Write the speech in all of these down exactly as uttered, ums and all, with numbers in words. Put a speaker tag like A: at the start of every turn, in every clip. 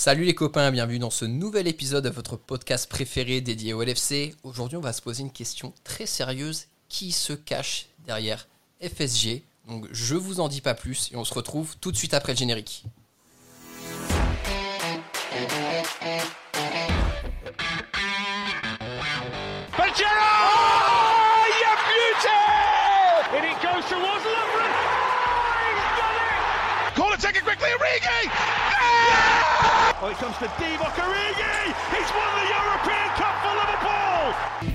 A: Salut les copains, bienvenue dans ce nouvel épisode de votre podcast préféré dédié au L F C. Aujourd'hui, on va se poser une question très sérieuse. Qui se cache derrière F S G? Donc, je vous en dis pas plus et on se retrouve tout de suite après le générique.
B: Pajero! Oh, you beauty! And it goes towards Lovren. Oh, he's done it! Call it, take it quickly, Origi! Yeah! Oh, it comes to Divock Origi! He's won the European Cup for Liverpool!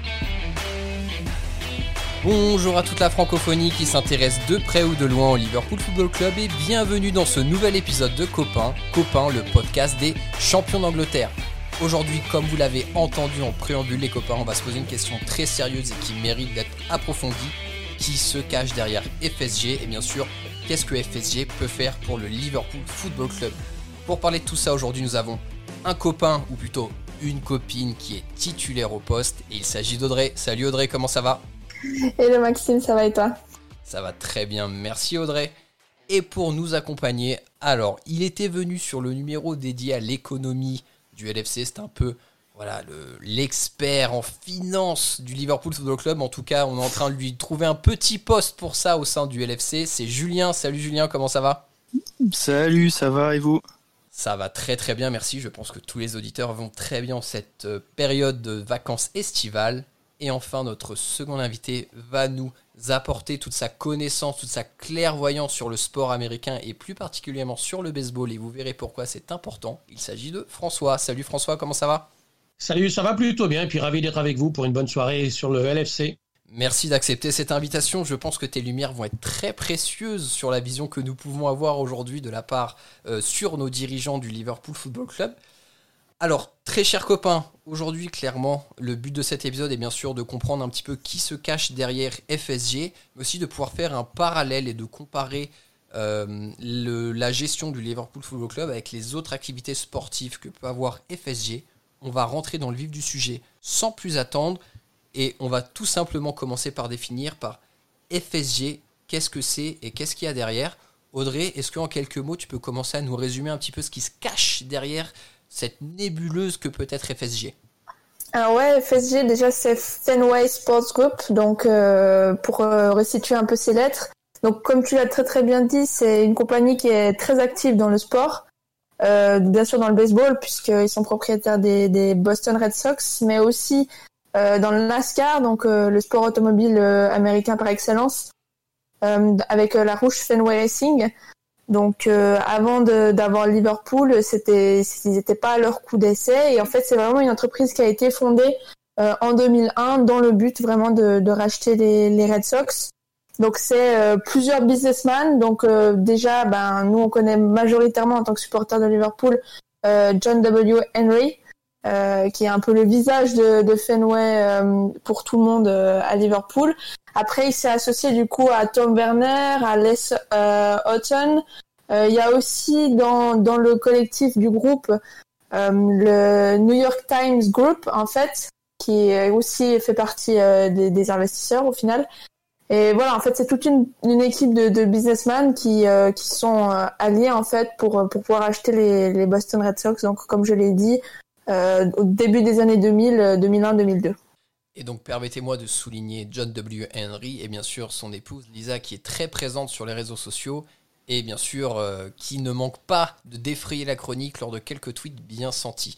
A: Bonjour à toute la francophonie qui s'intéresse de près ou de loin au Liverpool Football Club et bienvenue dans ce nouvel épisode de Copain, Copain, le podcast des champions d'Angleterre. Aujourd'hui, comme vous l'avez entendu en préambule les copains, on va se poser une question très sérieuse et qui mérite d'être approfondie. Qui se cache derrière F S G? Et bien sûr, qu'est-ce que F S G peut faire pour le Liverpool Football Club? Pour parler de tout ça, aujourd'hui, nous avons un copain, ou plutôt une copine qui est titulaire au poste. Et il s'agit d'Audrey. Salut Audrey, comment ça va?
C: Hello Maxime, ça va et toi?
A: Ça va très bien, merci Audrey. Et pour nous accompagner, alors, il était venu sur le numéro dédié à l'économie du L F C, c'est un peu voilà, le, l'expert en finance du Liverpool Football Club. En tout cas, on est en train de lui trouver un petit poste pour ça au sein du L F C. C'est Julien. Salut Julien, comment ça va?
D: Salut, ça va et vous?
A: Ça va très très bien, merci. Je pense que tous les auditeurs vont très bien en cette période de vacances estivales. Et enfin, notre second invité va nous apporter toute sa connaissance, toute sa clairvoyance sur le sport américain et plus particulièrement sur le baseball. Et vous verrez pourquoi c'est important. Il s'agit de François. Salut François, comment ça va?
E: Salut, ça va plutôt bien. Et puis ravi d'être avec vous pour une bonne soirée sur le L F C.
A: Merci d'accepter cette invitation. Je pense que tes lumières vont être très précieuses sur la vision que nous pouvons avoir aujourd'hui de la part euh, sur nos dirigeants du Liverpool Football Club. Alors, très chers copains, aujourd'hui, clairement, le but de cet épisode est bien sûr de comprendre un petit peu qui se cache derrière F S G, mais aussi de pouvoir faire un parallèle et de comparer euh, le, la gestion du Liverpool Football Club avec les autres activités sportives que peut avoir F S G. On va rentrer dans le vif du sujet sans plus attendre et on va tout simplement commencer par définir par F S G, qu'est-ce que c'est et qu'est-ce qu'il y a derrière. Audrey, est-ce qu'en quelques mots, tu peux commencer à nous résumer un petit peu ce qui se cache derrière cette nébuleuse que peut être F S G?
C: Alors ouais, F S G déjà c'est Fenway Sports Group, donc euh, pour euh, restituer un peu ces lettres. Donc comme tu l'as très très bien dit, c'est une compagnie qui est très active dans le sport, euh, bien sûr dans le baseball puisqu'ils sont propriétaires des, des Boston Red Sox, mais aussi euh, dans le NASCAR, donc euh, le sport automobile euh, américain par excellence, euh, avec euh, la Rouge Fenway Racing. Donc euh, avant de, d'avoir Liverpool, c'était, ils n'étaient pas à leur coup d'essai. Et en fait, c'est vraiment une entreprise qui a été fondée euh, en deux mille un dans le but vraiment de, de racheter les, les Red Sox. Donc c'est euh, plusieurs businessmen. Donc euh, déjà, ben nous on connaît majoritairement en tant que supporters de Liverpool euh, John W. Henry, euh, qui est un peu le visage de, de Fenway euh, pour tout le monde euh, à Liverpool. Après, il s'est associé du coup à Tom Werner, à Les euh, Houghton. Euh, il y a aussi dans dans le collectif du groupe euh, le New York Times Group en fait, qui aussi fait partie euh, des, des investisseurs au final. Et voilà, en fait, c'est toute une, une équipe de, de businessmen qui euh, qui sont euh, alliés en fait pour pour pouvoir acheter les, les Boston Red Sox. Donc, comme je l'ai dit, euh, au début des années deux mille, deux mille un, deux mille deux.
A: Et donc, permettez-moi de souligner John W. Henry et bien sûr son épouse Lisa qui est très présente sur les réseaux sociaux et bien sûr euh, qui ne manque pas de défrayer la chronique lors de quelques tweets bien sentis.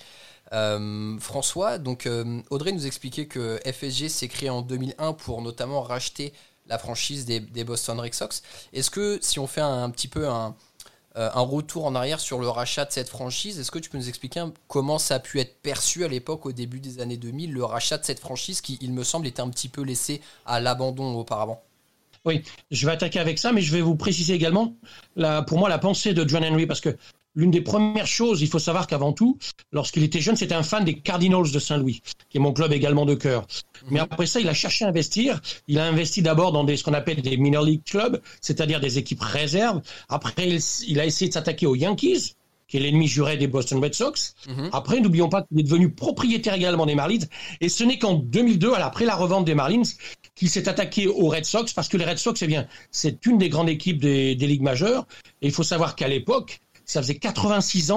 A: Euh, François, donc euh, Audrey nous expliquait que F S G s'est créé en deux mille un pour notamment racheter la franchise des, des Boston Red Sox. Est-ce que si on fait un, un petit peu un... Euh, un retour en arrière sur le rachat de cette franchise, est-ce que tu peux nous expliquer un, comment ça a pu être perçu à l'époque, au début des années deux mille, le rachat de cette franchise qui, il me semble, était un petit peu laissé à l'abandon auparavant?
E: Oui, je vais attaquer avec ça, mais je vais vous préciser également, la, pour moi, la pensée de John Henry, parce que l'une des premières choses, il faut savoir qu'avant tout, lorsqu'il était jeune, c'était un fan des Cardinals de Saint-Louis, qui est mon club également de cœur. Mmh. Mais après ça, il a cherché à investir. Il a investi d'abord dans des, ce qu'on appelle des minor league clubs, c'est-à-dire des équipes réserves. Après, il, il a essayé de s'attaquer aux Yankees, qui est l'ennemi juré des Boston Red Sox. Mmh. Après, n'oublions pas qu'il est devenu propriétaire également des Marlins. Et ce n'est qu'en deux mille deux, après la revente des Marlins, qu'il s'est attaqué aux Red Sox, parce que les Red Sox, eh bien, c'est une des grandes équipes des, des ligues majeures. Et il faut savoir qu'à l'époque, ça faisait quatre-vingt-six ans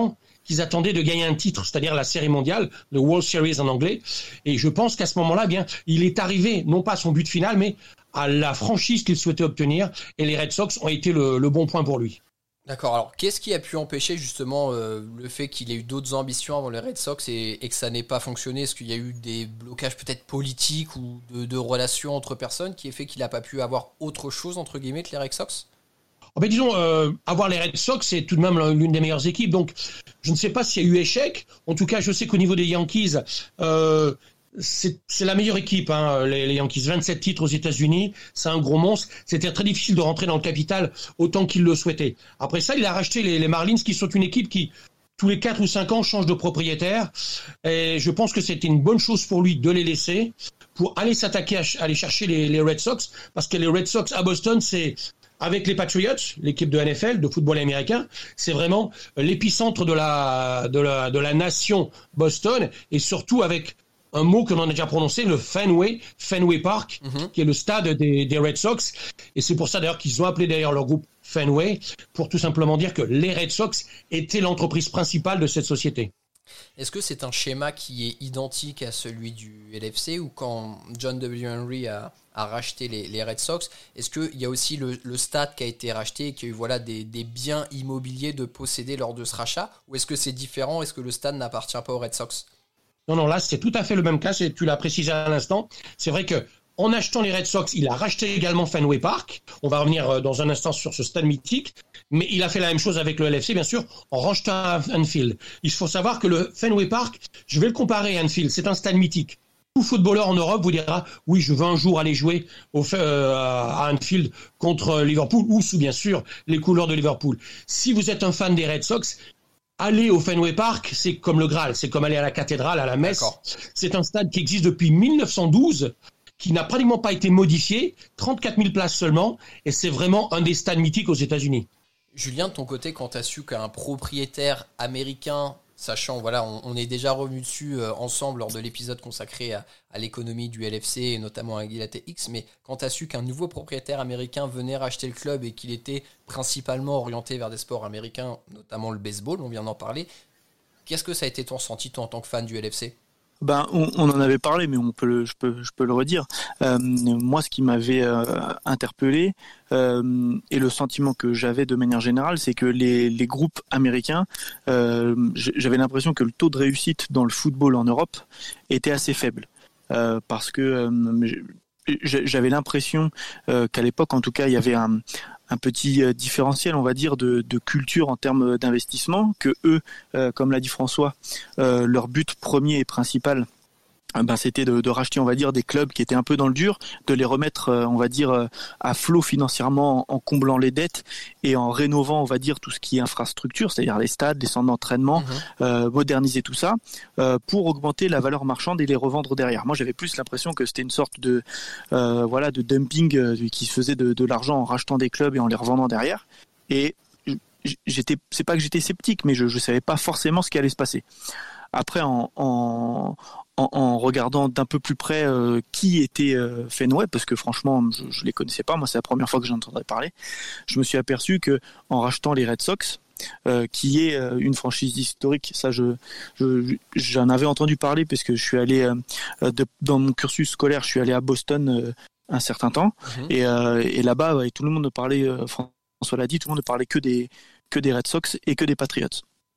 E: qu'ils attendaient de gagner un titre, c'est-à-dire la série mondiale, le World Series en anglais. Et je pense qu'à ce moment-là, eh bien, il est arrivé, non pas à son but final, mais à la franchise qu'il souhaitait obtenir. Et les Red Sox ont été le, le bon point pour lui.
A: D'accord, alors qu'est-ce qui a pu empêcher justement euh, le fait qu'il ait eu d'autres ambitions avant les Red Sox et, et que ça n'ait pas fonctionné? Est-ce qu'il y a eu des blocages peut-être politiques ou de, de relations entre personnes qui a fait qu'il n'a pas pu avoir autre chose entre guillemets que les Red Sox?
E: Oh ben disons, euh, avoir les Red Sox, c'est tout de même l'une des meilleures équipes. Donc, je ne sais pas s'il y a eu échec. En tout cas, je sais qu'au niveau des Yankees, euh, c'est, c'est la meilleure équipe. Hein, les, les Yankees, vingt-sept titres aux États-Unis, c'est un gros monstre. C'était très difficile de rentrer dans le capital autant qu'il le souhaitait. Après ça, il a racheté les, les Marlins, qui sont une équipe qui, tous les quatre ou cinq ans, change de propriétaire. Et je pense que c'était une bonne chose pour lui de les laisser pour aller s'attaquer, à, aller chercher les, les Red Sox. Parce que les Red Sox à Boston, c'est... Avec les Patriots, l'équipe de N F L, de football américain, c'est vraiment l'épicentre de la, de la, de la nation Boston, et surtout avec un mot que l'on a déjà prononcé, le Fenway, Fenway Park, mm-hmm. qui est le stade des, des Red Sox. Et c'est pour ça d'ailleurs qu'ils ont appelé d'ailleurs leur groupe Fenway, pour tout simplement dire que les Red Sox étaient l'entreprise principale de cette société.
A: Est-ce que c'est un schéma qui est identique à celui du L F C, ou quand John W. Henry a, a racheté les, les Red Sox, est-ce qu'il y a aussi le, le stade qui a été racheté et qu'il y a eu voilà, des, des biens immobiliers de posséder lors de ce rachat, ou est-ce que c'est différent? Est-ce que le stade n'appartient pas aux Red Sox?
E: Non, non, là c'est tout à fait le même cas, c'est, tu l'as précisé à l'instant. C'est vrai que en achetant les Red Sox, il a racheté également Fenway Park. On va revenir dans un instant sur ce stade mythique. Mais il a fait la même chose avec le L F C, bien sûr, en rachetant Anfield. Il faut savoir que le Fenway Park, je vais le comparer à Anfield, c'est un stade mythique. Tout footballeur en Europe vous dira « Oui, je veux un jour aller jouer au, euh, à Anfield contre Liverpool » ou sous, bien sûr, les couleurs de Liverpool. Si vous êtes un fan des Red Sox, aller au Fenway Park, c'est comme le Graal, c'est comme aller à la cathédrale, à la messe. D'accord. C'est un stade qui existe depuis mille neuf cent douze, qui n'a pratiquement pas été modifié, trente-quatre mille places seulement, et c'est vraiment un des stades mythiques aux États-Unis.
A: Julien, de ton côté, quand tu as su qu'un propriétaire américain, sachant, voilà, on, on est déjà revenu dessus euh, ensemble lors de l'épisode consacré à, à l'économie du L F C, et notamment à Aguilate X, mais quand tu as su qu'un nouveau propriétaire américain venait racheter le club et qu'il était principalement orienté vers des sports américains, notamment le baseball, on vient d'en parler, qu'est-ce que ça a été ton ressenti, toi, en tant que fan du L F C ?
D: Ben, on, on en avait parlé, mais on peut le, je peux, je peux le redire. Euh, moi, ce qui m'avait euh, interpellé euh, et le sentiment que j'avais de manière générale, c'est que les, les groupes américains, euh, j'avais l'impression que le taux de réussite dans le football en Europe était assez faible, euh, parce que euh, j'avais l'impression euh, qu'à l'époque, en tout cas, il y avait un un petit différentiel, on va dire, de, de culture en termes d'investissement, que eux, euh, comme l'a dit François, euh, leur but premier et principal, ben, c'était de, de racheter, on va dire, des clubs qui étaient un peu dans le dur, de les remettre, euh, on va dire, euh, à flot financièrement en, en comblant les dettes et en rénovant, on va dire, tout ce qui est infrastructure, c'est-à-dire les stades, les centres d'entraînement, mmh. euh, moderniser tout ça, euh, pour augmenter la valeur marchande et les revendre derrière. Moi, j'avais plus l'impression que c'était une sorte de, euh, voilà, de dumping euh, qui se faisait de, de l'argent en rachetant des clubs et en les revendant derrière. Et j'étais, c'est pas que j'étais sceptique, mais je, je savais pas forcément ce qui allait se passer. Après, en, en En, en regardant d'un peu plus près euh, qui était euh, Fenway, parce que franchement je, je les connaissais pas, moi c'est la première fois que j'en entendais parler, je me suis aperçu que en rachetant les Red Sox, euh, qui est euh, une franchise historique, ça je, je j'en avais entendu parler parce que je suis allé euh, de, dans mon cursus scolaire, je suis allé à Boston euh, un certain temps, mmh. et, euh, et là-bas ouais, tout le monde ne parlait, euh, François l'a dit, tout le monde ne parlait que des que des Red Sox et que des Patriots.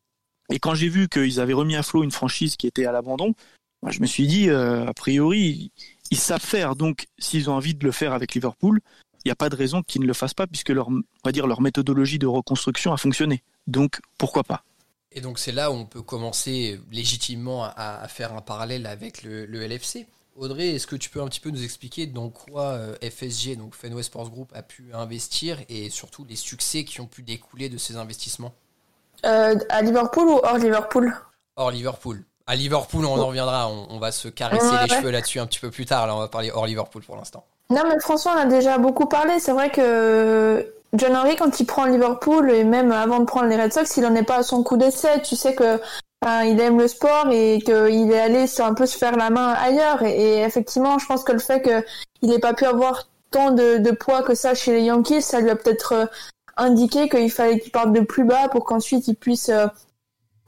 D: Et quand j'ai vu qu'ils avaient remis à flot une franchise qui était à l'abandon, moi, je me suis dit, euh, a priori, ils savent faire. Donc, s'ils ont envie de le faire avec Liverpool, il n'y a pas de raison qu'ils ne le fassent pas, puisque leur, on va dire, leur méthodologie de reconstruction a fonctionné. Donc, pourquoi pas ?
A: Et donc, c'est là où on peut commencer légitimement à, à faire un parallèle avec le, le L F C. Audrey, est-ce que tu peux un petit peu nous expliquer dans quoi euh, F S G, donc Fenway Sports Group, a pu investir et surtout les succès qui ont pu découler de ces investissements ?
C: euh, À Liverpool ou hors Liverpool ?
A: Hors Liverpool. À Liverpool, on en reviendra, on, on va se caresser ouais, les ouais. cheveux là-dessus un petit peu plus tard. Là, on va parler hors Liverpool pour l'instant.
C: Non, mais François, on a déjà beaucoup parlé. C'est vrai que John Henry, quand il prend Liverpool, et même avant de prendre les Red Sox, il en est pas à son coup d'essai. Tu sais que enfin, il aime le sport et qu'il est allé un peu se faire la main ailleurs. Et, et effectivement, je pense que le fait qu'il n'ait pas pu avoir tant de, de poids que ça chez les Yankees, ça lui a peut-être indiqué qu'il fallait qu'il parte de plus bas pour qu'ensuite il puisse...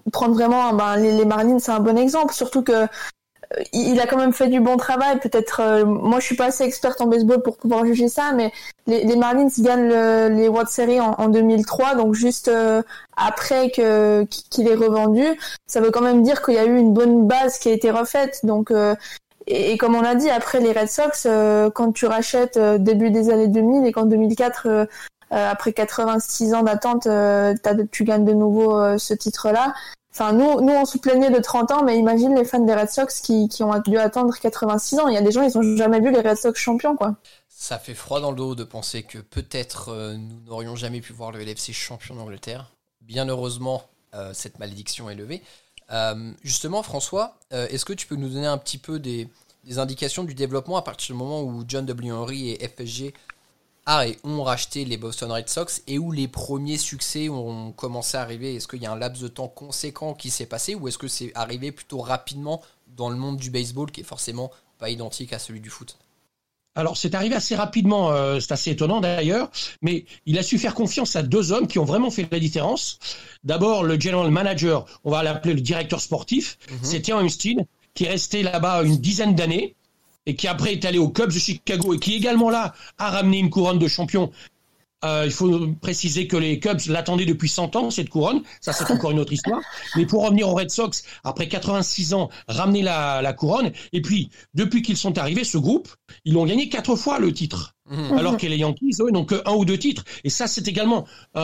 C: prendre vraiment ben, les, les Marlins, c'est un bon exemple, surtout que il a quand même fait du bon travail. Peut-être, euh, moi je suis pas assez experte en baseball pour pouvoir juger ça, mais les, les Marlins gagnent le, les World Series en, en deux mille trois, donc juste euh, après que qu'il est revendu. Ça veut quand même dire qu'il y a eu une bonne base qui a été refaite. Donc euh, et, et comme on a dit, après les Red Sox, euh, quand tu rachètes euh, début des années deux mille et qu'en deux mille quatre, euh, euh, après quatre-vingt-six ans d'attente, euh, tu gagnes de nouveau euh, ce titre-là. Enfin, nous, nous, on se plaignait de trente ans, mais imagine les fans des Red Sox qui, qui ont dû attendre quatre-vingt-six ans. Il y a des gens, ils ont jamais vu les Red Sox champions, quoi.
A: Ça fait froid dans le dos de penser que peut-être euh, nous n'aurions jamais pu voir le L F C champion d'Angleterre. Bien heureusement, euh, cette malédiction est levée. Euh, justement, François, euh, est-ce que tu peux nous donner un petit peu des, des indications du développement à partir du moment où John W. Henry et F S G Ah, et ont racheté les Boston Red Sox et où les premiers succès ont commencé à arriver? Est-ce qu'il y a un laps de temps conséquent qui s'est passé ou est-ce que c'est arrivé plutôt rapidement dans le monde du baseball qui est forcément pas identique à celui du foot?
E: Alors, c'est arrivé assez rapidement, euh, c'est assez étonnant d'ailleurs, mais il a su faire confiance à deux hommes qui ont vraiment fait la différence. D'abord, le general manager, on va l'appeler le directeur sportif, mm-hmm. c'est Terry Epstein, qui est resté là-bas une dizaine d'années, et qui après est allé aux Cubs de Chicago et qui également là a ramené une couronne de champion. Euh, il faut préciser que les Cubs l'attendaient depuis cent ans, cette couronne. Ça, c'est encore une autre histoire. Mais pour revenir aux Red Sox, après quatre-vingt-six ans, ramener la, la couronne. Et puis, depuis qu'ils sont arrivés, ce groupe, ils ont gagné quatre fois le titre. Mmh. Alors que les Yankees, eux, n'ont que un ou deux titres. Et ça, c'est également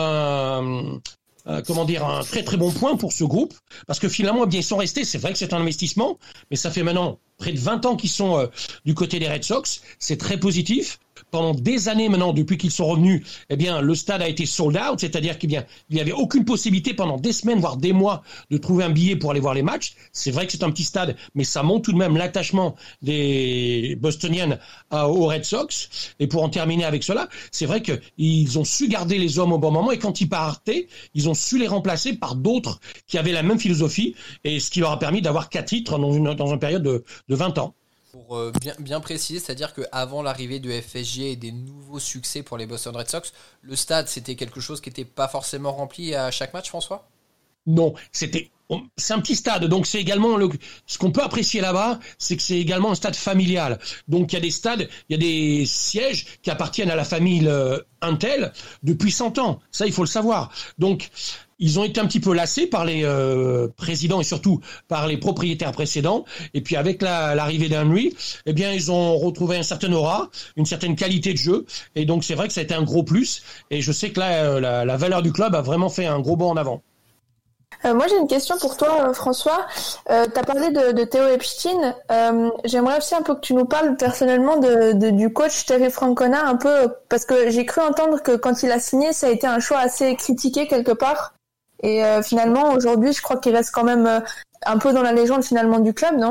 E: euh, euh, comment dire, un très très bon point pour ce groupe. Parce que finalement, eh bien, ils sont restés. C'est vrai que c'est un investissement, mais ça fait maintenant près de vingt ans qu'ils sont euh, du côté des Red Sox. C'est très positif. Pendant des années maintenant, depuis qu'ils sont revenus, eh bien, le stade a été sold out, c'est-à-dire qu'il n'y avait aucune possibilité pendant des semaines, voire des mois, de trouver un billet pour aller voir les matchs. C'est vrai que c'est un petit stade, mais ça montre tout de même l'attachement des Bostoniennes aux Red Sox. Et pour en terminer avec cela, c'est vrai qu'ils ont su garder les hommes au bon moment, et quand ils partaient, ils ont su les remplacer par d'autres qui avaient la même philosophie, et ce qui leur a permis d'avoir quatre titres dans une, dans une période de, de vingt ans.
A: Pour euh, bien, bien préciser, c'est-à-dire qu'avant l'arrivée de F S G et des nouveaux succès pour les Boston Red Sox, le stade, c'était quelque chose qui n'était pas forcément rempli à chaque match, François ?
E: Non, c'était c'est un petit stade, donc c'est également le, ce qu'on peut apprécier là-bas, c'est que c'est également un stade familial. Donc il y a des stades, il y a des sièges qui appartiennent à la famille euh, Intel depuis cent ans. Ça, il faut le savoir. Donc ils ont été un petit peu lassés par les euh, présidents et surtout par les propriétaires précédents. Et puis avec la, l'arrivée d'Henry, eh bien ils ont retrouvé un certain aura, une certaine qualité de jeu. Et donc c'est vrai que ça a été un gros plus. Et je sais que là, la, la valeur du club a vraiment fait un gros bond en avant.
C: Euh, moi, j'ai une question pour toi, François. Euh, tu as parlé de, de Theo Epstein. Euh, j'aimerais aussi un peu que tu nous parles personnellement de, de, du coach Terry Francona, un peu, parce que j'ai cru entendre que quand il a signé, ça a été un choix assez critiqué quelque part. Et euh, finalement, aujourd'hui, je crois qu'il reste quand même euh, un peu dans la légende finalement du club, non ?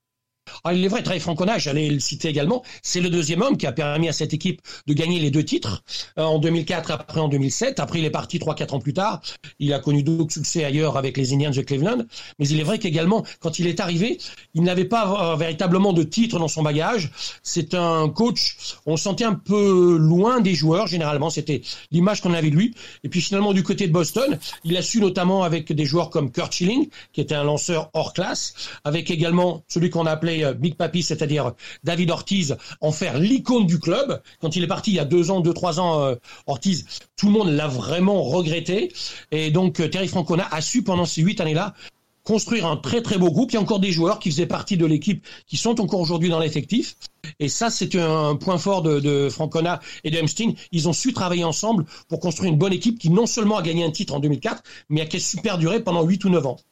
E: Ah, il est vrai, Terry Francona, j'allais le citer également, c'est le deuxième homme qui a permis à cette équipe de gagner les deux titres, euh, en deux mille quatre, après en deux mille sept. Après, il est parti trois quatre ans plus tard. Il a connu d'autres succès ailleurs avec les Indians de Cleveland. Mais il est vrai qu'également, quand il est arrivé, il n'avait pas euh, véritablement de titre dans son bagage. C'est un coach, on sentait un peu loin des joueurs, généralement. C'était l'image qu'on avait de lui. Et puis finalement, du côté de Boston, il a su notamment avec des joueurs comme Curt Schilling, qui était un lanceur hors classe, avec également celui qu'on appelait Big Papi, c'est-à-dire David Ortiz, en faire l'icône du club. Quand il est parti il y a deux ans, deux, trois ans, euh, Ortiz, tout le monde l'a vraiment regretté. Et donc, euh, Terry Francona a su, pendant ces huit années-là, construire un très très beau groupe. Il y a encore des joueurs qui faisaient partie de l'équipe qui sont encore aujourd'hui dans l'effectif. Et ça, c'est un point fort de, de Francona et de Epstein. Ils ont su travailler ensemble pour construire une bonne équipe qui non seulement a gagné un titre en deux mille quatre, mais qui a su perdurer pendant huit ou neuf ans.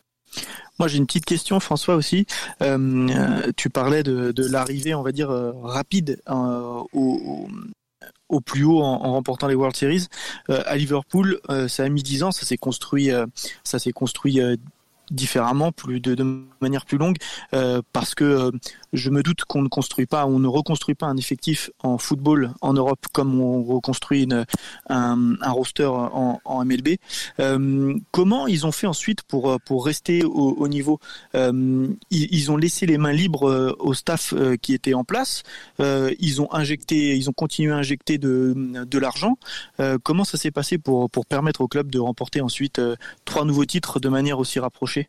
D: Moi, j'ai une petite question, François, aussi. Euh, tu parlais de, de l'arrivée, on va dire, euh, rapide euh, au, au plus haut en, en remportant les World Series. Euh, à Liverpool, euh, ça a mis dix ans, ça s'est construit, euh, ça s'est construit euh, différemment, plus de, de manière plus longue, euh, parce que euh, je me doute qu'on ne construit pas, on ne reconstruit pas un effectif en football en Europe comme on reconstruit une, un, un roster en, en M L B. Euh, comment ils ont fait ensuite pour pour rester au, au niveau? euh, ils, ils ont laissé les mains libres au staff euh, qui était en place. Euh, ils ont injecté, ils ont continué à injecter de de l'argent. Euh, comment ça s'est passé pour pour permettre au club de remporter ensuite euh, trois nouveaux titres de manière aussi rapprochée?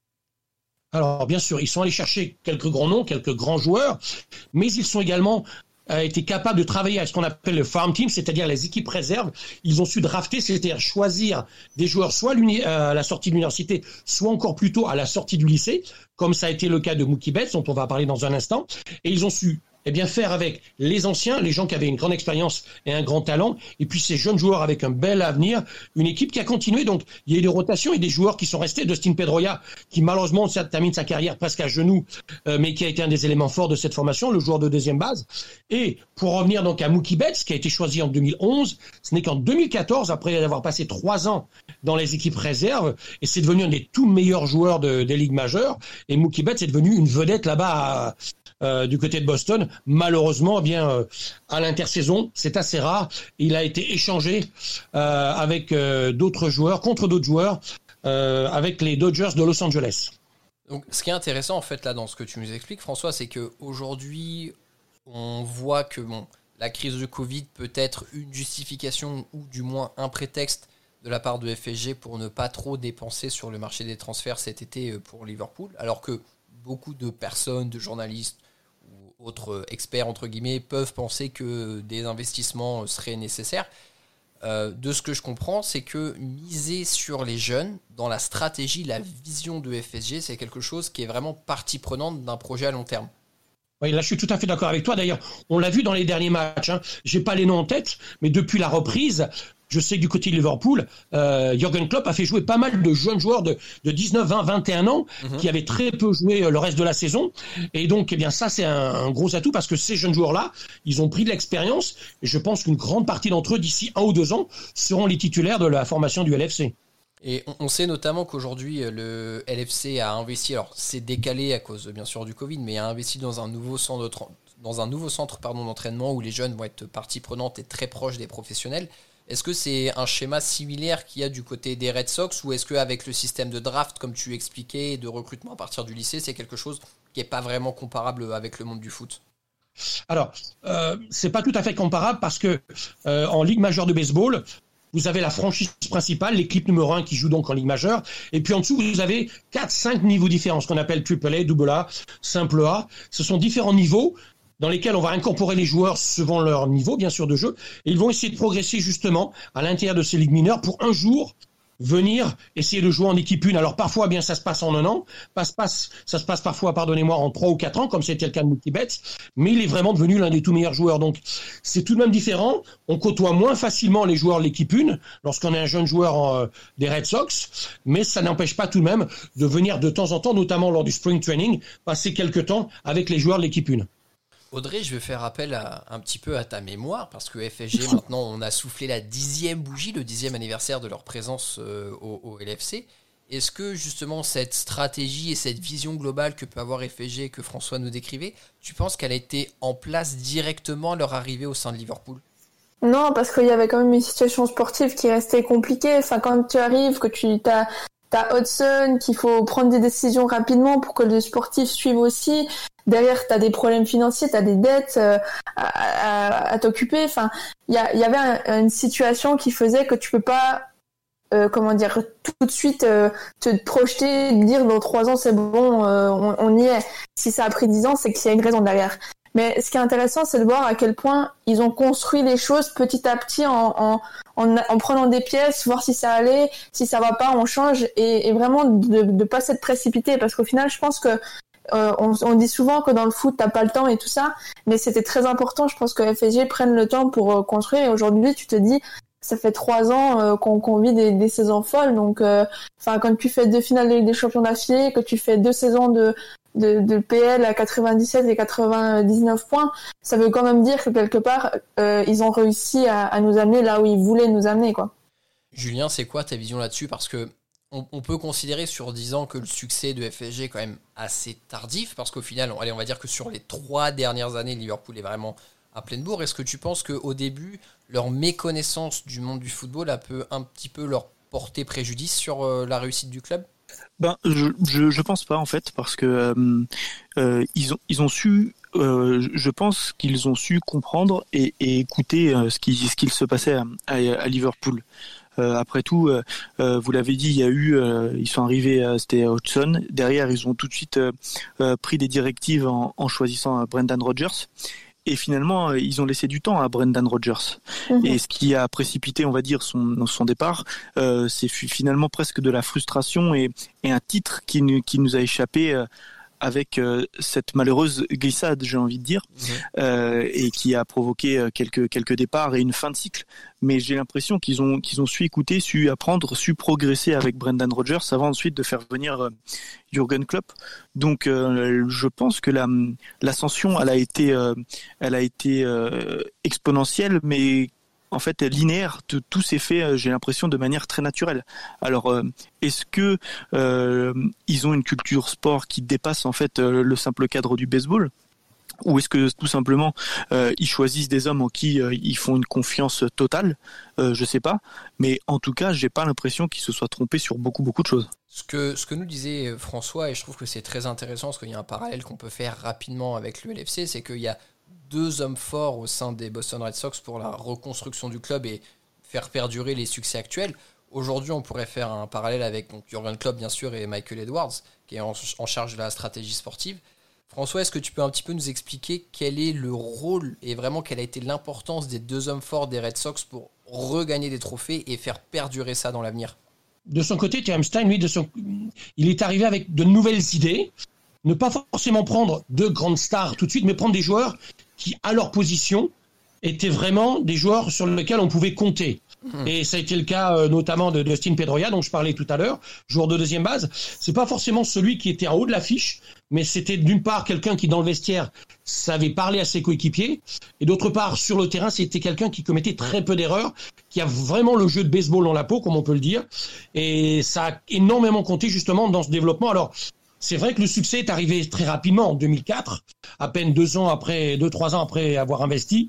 E: Alors, bien sûr, ils sont allés chercher quelques grands noms, quelques grands joueurs, mais ils sont également euh, été capables de travailler avec ce qu'on appelle le farm team, c'est-à-dire les équipes réserves. Ils ont su drafter, c'est-à-dire choisir des joueurs soit à la sortie de l'université, soit encore plus tôt à la sortie du lycée, comme ça a été le cas de Mookie Betts, dont on va parler dans un instant. Et ils ont su eh bien, faire avec les anciens, les gens qui avaient une grande expérience et un grand talent, et puis ces jeunes joueurs avec un bel avenir, une équipe qui a continué. Donc, il y a eu des rotations et des joueurs qui sont restés. Dustin Pedroia, qui malheureusement termine sa carrière presque à genoux, euh, mais qui a été un des éléments forts de cette formation, le joueur de deuxième base. Et pour revenir donc à Mookie Betts, qui a été choisi en deux mille onze, ce n'est qu'en deux mille quatorze, après avoir passé trois ans dans les équipes réserves, et c'est devenu un des tout meilleurs joueurs de, des ligues majeures. Et Mookie Betts est devenu une vedette là-bas à, Euh, du côté de Boston. Malheureusement, eh bien euh, à l'intersaison, c'est assez rare. Il a été échangé euh, avec euh, d'autres joueurs, contre d'autres joueurs, euh, avec les Dodgers de Los Angeles.
A: Donc, ce qui est intéressant en fait là dans ce que tu nous expliques, François, c'est que aujourd'hui, on voit que bon, la crise de Covid peut être une justification ou du moins un prétexte de la part de F S G pour ne pas trop dépenser sur le marché des transferts cet été pour Liverpool, alors que beaucoup de personnes, de journalistes ou autres experts entre guillemets peuvent penser que des investissements seraient nécessaires. Euh, de ce que je comprends, c'est que miser sur les jeunes dans la stratégie, la vision de F S G, c'est quelque chose qui est vraiment partie prenante d'un projet à long terme.
E: Oui, là, je suis tout à fait d'accord avec toi. D'ailleurs, on l'a vu dans les derniers matchs. Hein. J'ai pas les noms en tête, mais depuis la reprise, je sais que du côté de Liverpool, euh, Jürgen Klopp a fait jouer pas mal de jeunes joueurs de, de dix-neuf, vingt, vingt et un ans mm-hmm. qui avaient très peu joué le reste de la saison. Et donc, eh bien, ça, c'est un, un gros atout parce que ces jeunes joueurs-là, ils ont pris de l'expérience. Et je pense qu'une grande partie d'entre eux, d'ici un ou deux ans, seront les titulaires de la formation du L F C.
A: Et on sait notamment qu'aujourd'hui, le L F C a investi, alors c'est décalé à cause bien sûr du Covid, mais a investi dans un nouveau centre, de, dans un nouveau centre pardon, d'entraînement où les jeunes vont être partie prenante et très proches des professionnels. Est-ce que c'est un schéma similaire qu'il y a du côté des Red Sox ou est-ce qu'avec le système de draft, comme tu expliquais, et de recrutement à partir du lycée, c'est quelque chose qui n'est pas vraiment comparable avec le monde du foot ?
E: Alors, euh, c'est pas tout à fait comparable parce que euh, en Ligue majeure de baseball, vous avez la franchise principale, l'équipe numéro un qui joue donc en Ligue majeure. Et puis en dessous, vous avez quatre cinq niveaux différents, ce qu'on appelle triple A, double A, simple A. Ce sont différents niveaux dans lesquels on va incorporer les joueurs selon leur niveau, bien sûr, de jeu. Et ils vont essayer de progresser justement à l'intérieur de ces ligues mineures pour un jour venir essayer de jouer en équipe une. Alors parfois, bien, ça se passe en un an. Passe, passe, ça se passe parfois, pardonnez-moi, en trois ou quatre ans, comme c'était le cas de Mookie Betts. Mais il est vraiment devenu l'un des tout meilleurs joueurs. Donc, c'est tout de même différent. On côtoie moins facilement les joueurs de l'équipe une lorsqu'on est un jeune joueur en, euh, des Red Sox. Mais ça n'empêche pas tout de même de venir de temps en temps, notamment lors du spring training, passer quelques temps avec les joueurs de l'équipe une.
A: Audrey, je vais faire appel à, un petit peu à ta mémoire parce que F S G, maintenant, on a soufflé la dixième bougie, le dixième anniversaire de leur présence euh, au, au L F C. Est-ce que justement cette stratégie et cette vision globale que peut avoir F S G que François nous décrivait, tu penses qu'elle a été en place directement à leur arrivée au sein de Liverpool ?
C: Non, parce qu'il y avait quand même une situation sportive qui restait compliquée. Enfin, quand tu arrives, que tu t'as T'as Hudson, qu'il faut prendre des décisions rapidement pour que le sportif suive aussi. Derrière, t'as des problèmes financiers, t'as des dettes euh, à, à, à t'occuper. Enfin, il y, a, y avait un, une situation qui faisait que tu peux pas, euh, comment dire, tout de suite euh, te projeter, dire dans trois ans c'est bon, euh, on, on y est. Si ça a pris dix ans, c'est qu'il y a une raison derrière. Mais ce qui est intéressant, c'est de voir à quel point ils ont construit les choses petit à petit en, en, en, en prenant des pièces, voir si ça allait, si ça va pas, on change, et, et vraiment de ne pas s'être précipité. Parce qu'au final, je pense que euh, on, on dit souvent que dans le foot, t'as pas le temps et tout ça, mais c'était très important, je pense que F S G prenne le temps pour euh, construire. Et aujourd'hui, tu te dis, ça fait trois ans euh, qu'on, qu'on vit des, des saisons folles. Donc, enfin, euh, quand tu fais deux finales de Ligue des Champions d'affilée, que tu fais deux saisons de De, de P L à quatre-vingt-dix-sept et quatre-vingt-dix-neuf points, ça veut quand même dire que quelque part, euh, ils ont réussi à, à nous amener là où ils voulaient nous amener, quoi.
A: Julien, c'est quoi ta vision là-dessus ? Parce que on, on peut considérer sur dix ans que le succès de F S G est quand même assez tardif, parce qu'au final, on, allez, on va dire que sur les trois dernières années, Liverpool est vraiment à pleine bourre. Est-ce que tu penses qu'au début, leur méconnaissance du monde du football a peut un petit peu leur porter préjudice sur euh, la réussite du club ?
D: Ben, je, je, je pense pas en fait, parce que euh, euh, ils ont ils ont su, euh, je pense qu'ils ont su comprendre et, et écouter euh, ce qui ce qu'il se passait à, à, à Liverpool. Euh, après tout, euh, euh, vous l'avez dit, il y a eu, euh, ils sont arrivés, euh, c'était Hodgson. Derrière, ils ont tout de suite euh, euh, pris des directives en, en choisissant euh, Brendan Rodgers. Et finalement, euh, ils ont laissé du temps à Brendan Rodgers. Mmh. Et ce qui a précipité, on va dire, son, son départ, euh, c'est finalement presque de la frustration et, et un titre qui, qui nous a échappé euh, avec euh, cette malheureuse glissade, j'ai envie de dire, mmh. euh, et qui a provoqué quelques, quelques départs et une fin de cycle. Mais j'ai l'impression qu'ils ont, qu'ils ont su écouter, su apprendre, su progresser avec Brendan Rodgers avant ensuite de faire venir euh, Jürgen Klopp. Donc, euh, je pense que la, l'ascension, elle a été, euh, elle a été euh, exponentielle, mais en fait linéaire. Tout, tout s'est fait, j'ai l'impression, de manière très naturelle. Alors, euh, est-ce que euh, ils ont une culture sport qui dépasse en fait euh, le simple cadre du baseball ? Ou est-ce que tout simplement euh, ils choisissent des hommes en qui euh, ils font une confiance totale ? euh, Je sais pas, mais en tout cas, j'ai pas l'impression qu'ils se soient trompés sur beaucoup beaucoup de choses.
A: Ce que ce que nous disait François, et je trouve que c'est très intéressant parce qu'il y a un parallèle qu'on peut faire rapidement avec le L F C, c'est qu'il y a deux hommes forts au sein des Boston Red Sox pour la reconstruction du club et faire perdurer les succès actuels. Aujourd'hui, on pourrait faire un parallèle avec donc, Jürgen Klopp, bien sûr, et Michael Edwards, qui est en, en charge de la stratégie sportive. François, est-ce que tu peux un petit peu nous expliquer quel est le rôle et vraiment quelle a été l'importance des deux hommes forts des Red Sox pour regagner des trophées et faire perdurer ça dans l'avenir ?
E: De son côté, Tim Stein, lui, de son... il est arrivé avec de nouvelles idées. Ne pas forcément prendre deux grandes stars tout de suite, mais prendre des joueurs qui, à leur position, étaient vraiment des joueurs sur lesquels on pouvait compter. Mmh. Et ça a été le cas euh, notamment de Dustin Pedroia, dont je parlais tout à l'heure, joueur de deuxième base. C'est pas forcément celui qui était en haut de l'affiche, mais c'était d'une part quelqu'un qui, dans le vestiaire, savait parler à ses coéquipiers, et d'autre part, sur le terrain, c'était quelqu'un qui commettait très peu d'erreurs, qui a vraiment le jeu de baseball dans la peau, comme on peut le dire, et ça a énormément compté justement dans ce développement. Alors, c'est vrai que le succès est arrivé très rapidement en deux mille quatre, à peine deux ans après, deux, trois ans après avoir investi.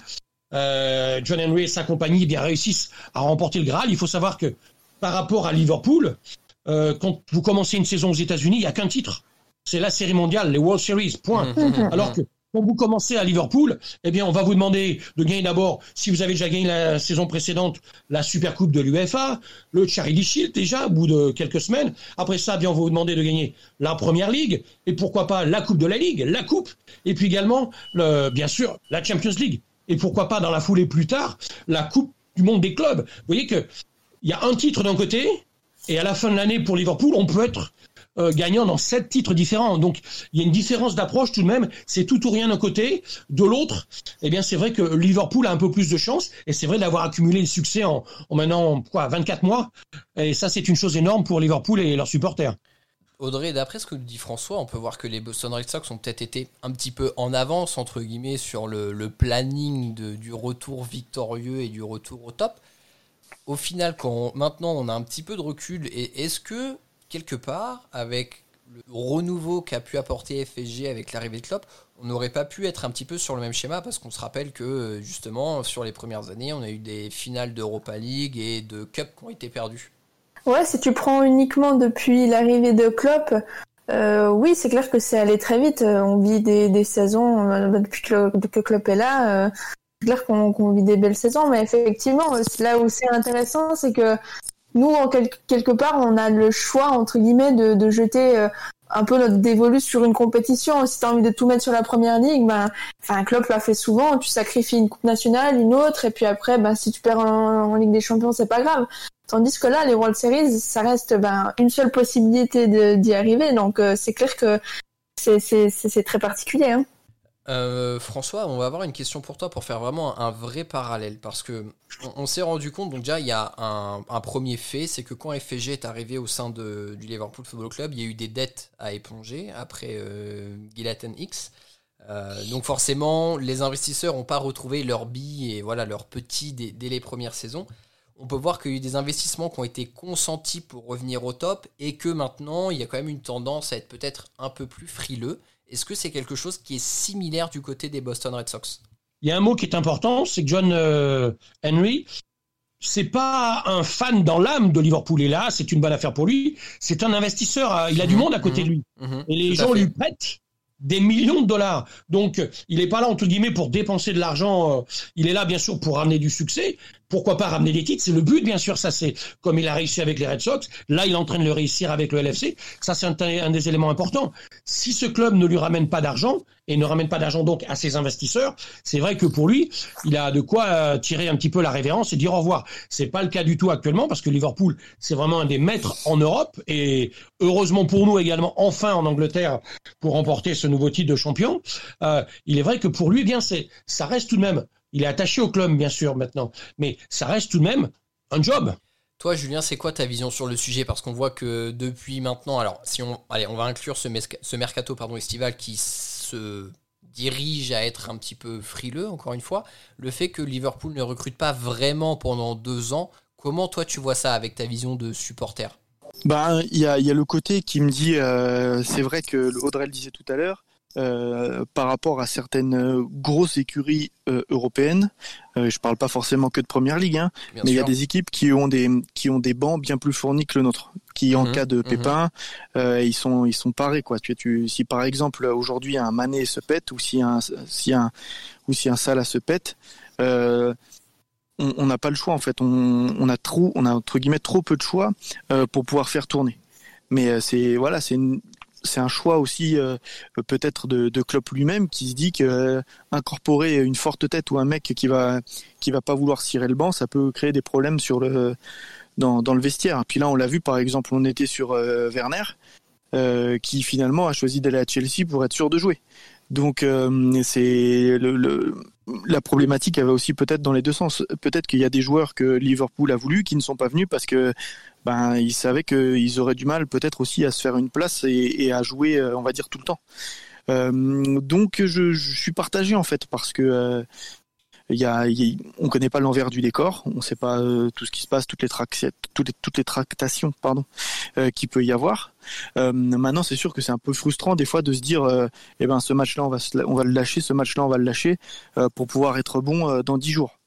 E: Euh, John Henry et sa compagnie eh bien, réussissent à remporter le Graal. Il faut savoir que par rapport à Liverpool, euh, quand vous commencez une saison aux États-Unis, il n'y a qu'un titre. C'est la série mondiale, les World Series, point. Mmh. Alors que quand vous commencez à Liverpool, eh bien, on va vous demander de gagner d'abord, si vous avez déjà gagné la saison précédente, la Super Coupe de l'U F A, le Charity Shield déjà, au bout de quelques semaines. Après ça, eh bien, on va vous demander de gagner la Première Ligue, et pourquoi pas la Coupe de la Ligue, la Coupe, et puis également, le, bien sûr, la Champions League. Et pourquoi pas, dans la foulée plus tard, la Coupe du monde des clubs. Vous voyez qu'il y a un titre d'un côté, et à la fin de l'année, pour Liverpool, on peut être euh, gagnant dans sept titres différents. Donc, il y a une différence d'approche tout de même. C'est tout ou rien d'un côté. De l'autre, eh bien, c'est vrai que Liverpool a un peu plus de chance. Et c'est vrai d'avoir accumulé le succès en, en maintenant, quoi, vingt-quatre mois. Et ça, c'est une chose énorme pour Liverpool et leurs supporters.
A: Audrey, d'après ce que nous dit François, on peut voir que les Boston Red Sox ont peut-être été un petit peu en avance, entre guillemets, sur le, le planning de, du retour victorieux et du retour au top. Au final, quand on, maintenant on a un petit peu de recul, et est-ce que, quelque part, avec le renouveau qu'a pu apporter F S G avec l'arrivée de Klopp, on n'aurait pas pu être un petit peu sur le même schéma, parce qu'on se rappelle que, justement, sur les premières années, on a eu des finales d'Europa League et de Cup qui ont été perdues.
C: Ouais, si tu prends uniquement depuis l'arrivée de Klopp, euh, oui, c'est clair que c'est allé très vite. On vit des, des saisons, euh, depuis que, que Klopp est là, euh, c'est clair qu'on, qu'on vit des belles saisons, mais effectivement, là où c'est intéressant, c'est que nous, en quel, quelque part, on a le choix, entre guillemets, de, de jeter euh, un peu notre dévolu sur une compétition. Si t'as envie de tout mettre sur la première ligue, ben, enfin, Klopp l'a fait souvent, tu sacrifies une coupe nationale, une autre, et puis après, ben, si tu perds en, en Ligue des Champions, c'est pas grave. Tandis que là, les World Series, ça reste ben, une seule possibilité de, d'y arriver. Donc, euh, c'est clair que c'est, c'est, c'est, c'est très particulier. Hein.
A: Euh, François, on va avoir une question pour toi pour faire vraiment un, un vrai parallèle. Parce que on, on s'est rendu compte, donc déjà, il y a un, un premier fait, c'est que quand F S G est arrivé au sein de, du Liverpool Football Club, il y a eu des dettes à éponger après euh, Gilatan X. Euh, donc forcément, les investisseurs n'ont pas retrouvé leurs billes et voilà, leurs petits dès, dès les premières saisons. on peut voir qu'il y a eu des investissements qui ont été consentis pour revenir au top et que maintenant, il y a quand même une tendance à être peut-être un peu plus frileux. Est-ce que c'est quelque chose qui est similaire du côté des Boston Red Sox ?
E: Il y a un mot qui est important, c'est que John euh, Henry, c'est pas un fan dans l'âme de Liverpool. Et là, c'est une bonne affaire pour lui. C'est un investisseur. Il a mmh, du monde à côté mmh, de lui. Mmh, et les gens lui prêtent des millions de dollars. Donc, il n'est pas là, entre guillemets, pour dépenser de l'argent. Il est là, bien sûr, pour ramener du succès. Pourquoi pas ramener des titres ? C'est le but, bien sûr. Ça, c'est comme il a réussi avec les Red Sox. Là, il est en train de le réussir avec le L F C. Ça, c'est un, un des éléments importants. Si ce club ne lui ramène pas d'argent, et ne ramène pas d'argent donc à ses investisseurs, c'est vrai que pour lui, il a de quoi tirer un petit peu la révérence et dire au revoir. C'est pas le cas du tout actuellement, parce que Liverpool, c'est vraiment un des maîtres en Europe, et heureusement pour nous également, enfin en Angleterre, pour remporter ce nouveau titre de champion. Euh, il est vrai que pour lui, eh bien, c'est, ça reste tout de même, il est attaché au club, bien sûr, maintenant, mais ça reste tout de même un job.
A: Toi, Julien, c'est quoi ta vision sur le sujet ? Parce qu'on voit que depuis maintenant, alors si on, allez, on va inclure ce, mesca, ce mercato pardon, estival qui se dirige à être un petit peu frileux, encore une fois, le fait que Liverpool ne recrute pas vraiment pendant deux ans, comment toi tu vois ça avec ta vision de supporter ?
D: Ben, il y a, y a le côté qui me dit, euh, c'est vrai que Audrey le disait tout à l'heure, Euh, par rapport à certaines grosses écuries euh, européennes, euh, je parle pas forcément que de Première Ligue, hein, mais il y a des équipes qui ont des qui ont des bancs bien plus fournis que le nôtre, qui mmh, en cas de pépin, mmh. euh, ils sont ils sont parés quoi. Tu, tu si par exemple aujourd'hui un Mané se pète ou si un si un ou si un Salah se pète, euh, on n'a pas le choix en fait. On, on a trop on a entre guillemets trop peu de choix euh, pour pouvoir faire tourner. Mais euh, c'est voilà c'est une c'est un choix aussi euh, peut-être de, de Klopp lui-même qui se dit que euh, incorporer une forte tête ou un mec qui va qui va pas vouloir cirer le banc, ça peut créer des problèmes sur le dans dans le vestiaire. Puis là on l'a vu par exemple, on était sur euh, Werner euh, qui finalement a choisi d'aller à Chelsea pour être sûr de jouer. Donc euh, c'est le, le la problématique elle va aussi peut-être dans les deux sens. Peut-être qu'il y a des joueurs que Liverpool a voulu qui ne sont pas venus parce que ben ils savaient qu'ils auraient du mal peut-être aussi à se faire une place et, et à jouer on va dire tout le temps. Euh, donc je, je suis partagé en fait parce que euh, il y a, y a on connaît pas l'envers du décor, on sait pas euh, tout ce qui se passe, toutes les trac- toutes les toutes les tractations pardon euh, qu'il peut y avoir. Euh, maintenant c'est sûr que c'est un peu frustrant des fois de se dire euh, eh ben ce match-là on va se, on va le lâcher, ce match-là on va le lâcher euh, pour pouvoir être bon euh, dans dix jours.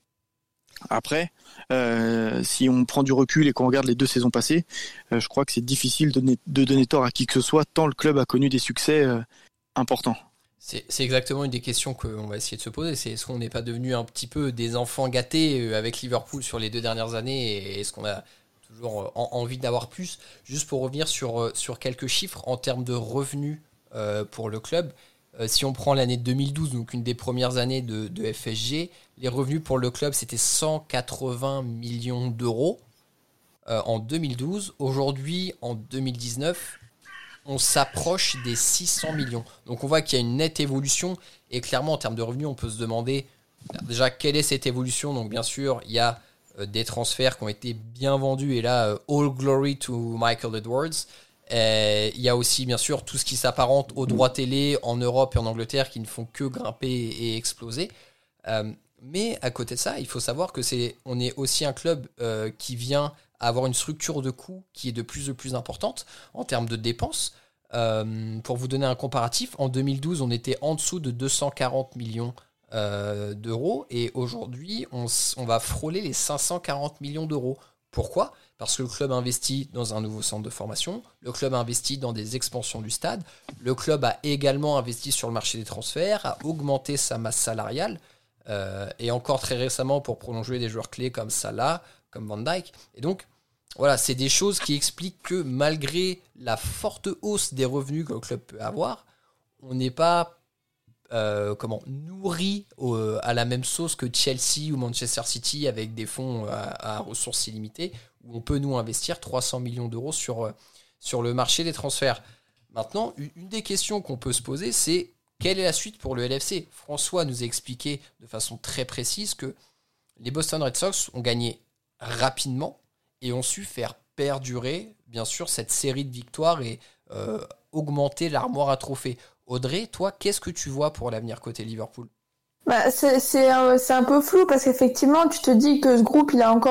D: Après, euh, si on prend du recul et qu'on regarde les deux saisons passées, euh, je crois que c'est difficile de, de donner tort à qui que ce soit tant le club a connu des succès euh, importants.
A: C'est, c'est exactement une des questions qu'on va essayer de se poser. C'est est-ce qu'on n'est pas devenu un petit peu des enfants gâtés avec Liverpool sur les deux dernières années et est-ce qu'on a toujours en, envie d'avoir plus ? Juste pour revenir sur, sur quelques chiffres en termes de revenus euh, pour le club. Euh, si on prend l'année deux mille douze, donc une des premières années de, de F S G, les revenus pour le club, c'était cent quatre-vingts millions d'euros euh, en deux mille douze. Aujourd'hui, en deux mille dix-neuf, on s'approche des six cents millions. Donc on voit qu'il y a une nette évolution. Et clairement, en termes de revenus, on peut se demander déjà quelle est cette évolution. Donc bien sûr, il y a euh, des transferts qui ont été bien vendus. Et là, euh, all glory to Michael Edwards. Euh, il y a aussi bien sûr tout ce qui s'apparente aux droits télé en Europe et en Angleterre qui ne font que grimper et exploser. Euh, mais à côté de ça, il faut savoir que c'est, on est aussi un club euh, qui vient avoir une structure de coûts qui est de plus en plus importante en termes de dépenses. Euh, pour vous donner un comparatif, en deux mille douze, on était en dessous de deux cent quarante millions euh, d'euros et aujourd'hui, on, on va frôler les cinq cent quarante millions d'euros. Pourquoi ? Parce que le club investit dans un nouveau centre de formation, le club investit dans des expansions du stade, le club a également investi sur le marché des transferts, a augmenté sa masse salariale, euh, et encore très récemment pour prolonger des joueurs clés comme Salah, comme Van Dijk. Et donc, voilà, c'est des choses qui expliquent que malgré la forte hausse des revenus que le club peut avoir, on n'est pas euh, comment, nourri au, à la même sauce que Chelsea ou Manchester City avec des fonds à, à ressources illimitées, où on peut nous investir trois cents millions d'euros sur, sur le marché des transferts. Maintenant, une des questions qu'on peut se poser, c'est quelle est la suite pour le L F C ? François nous a expliqué de façon très précise que les Boston Red Sox ont gagné rapidement et ont su faire perdurer, bien sûr, cette série de victoires et euh, augmenter l'armoire à trophées. Audrey, toi, qu'est-ce que tu vois pour l'avenir côté Liverpool ?
C: Bah, c'est, c'est, euh, c'est un peu flou parce qu'effectivement, tu te dis que ce groupe, il a encore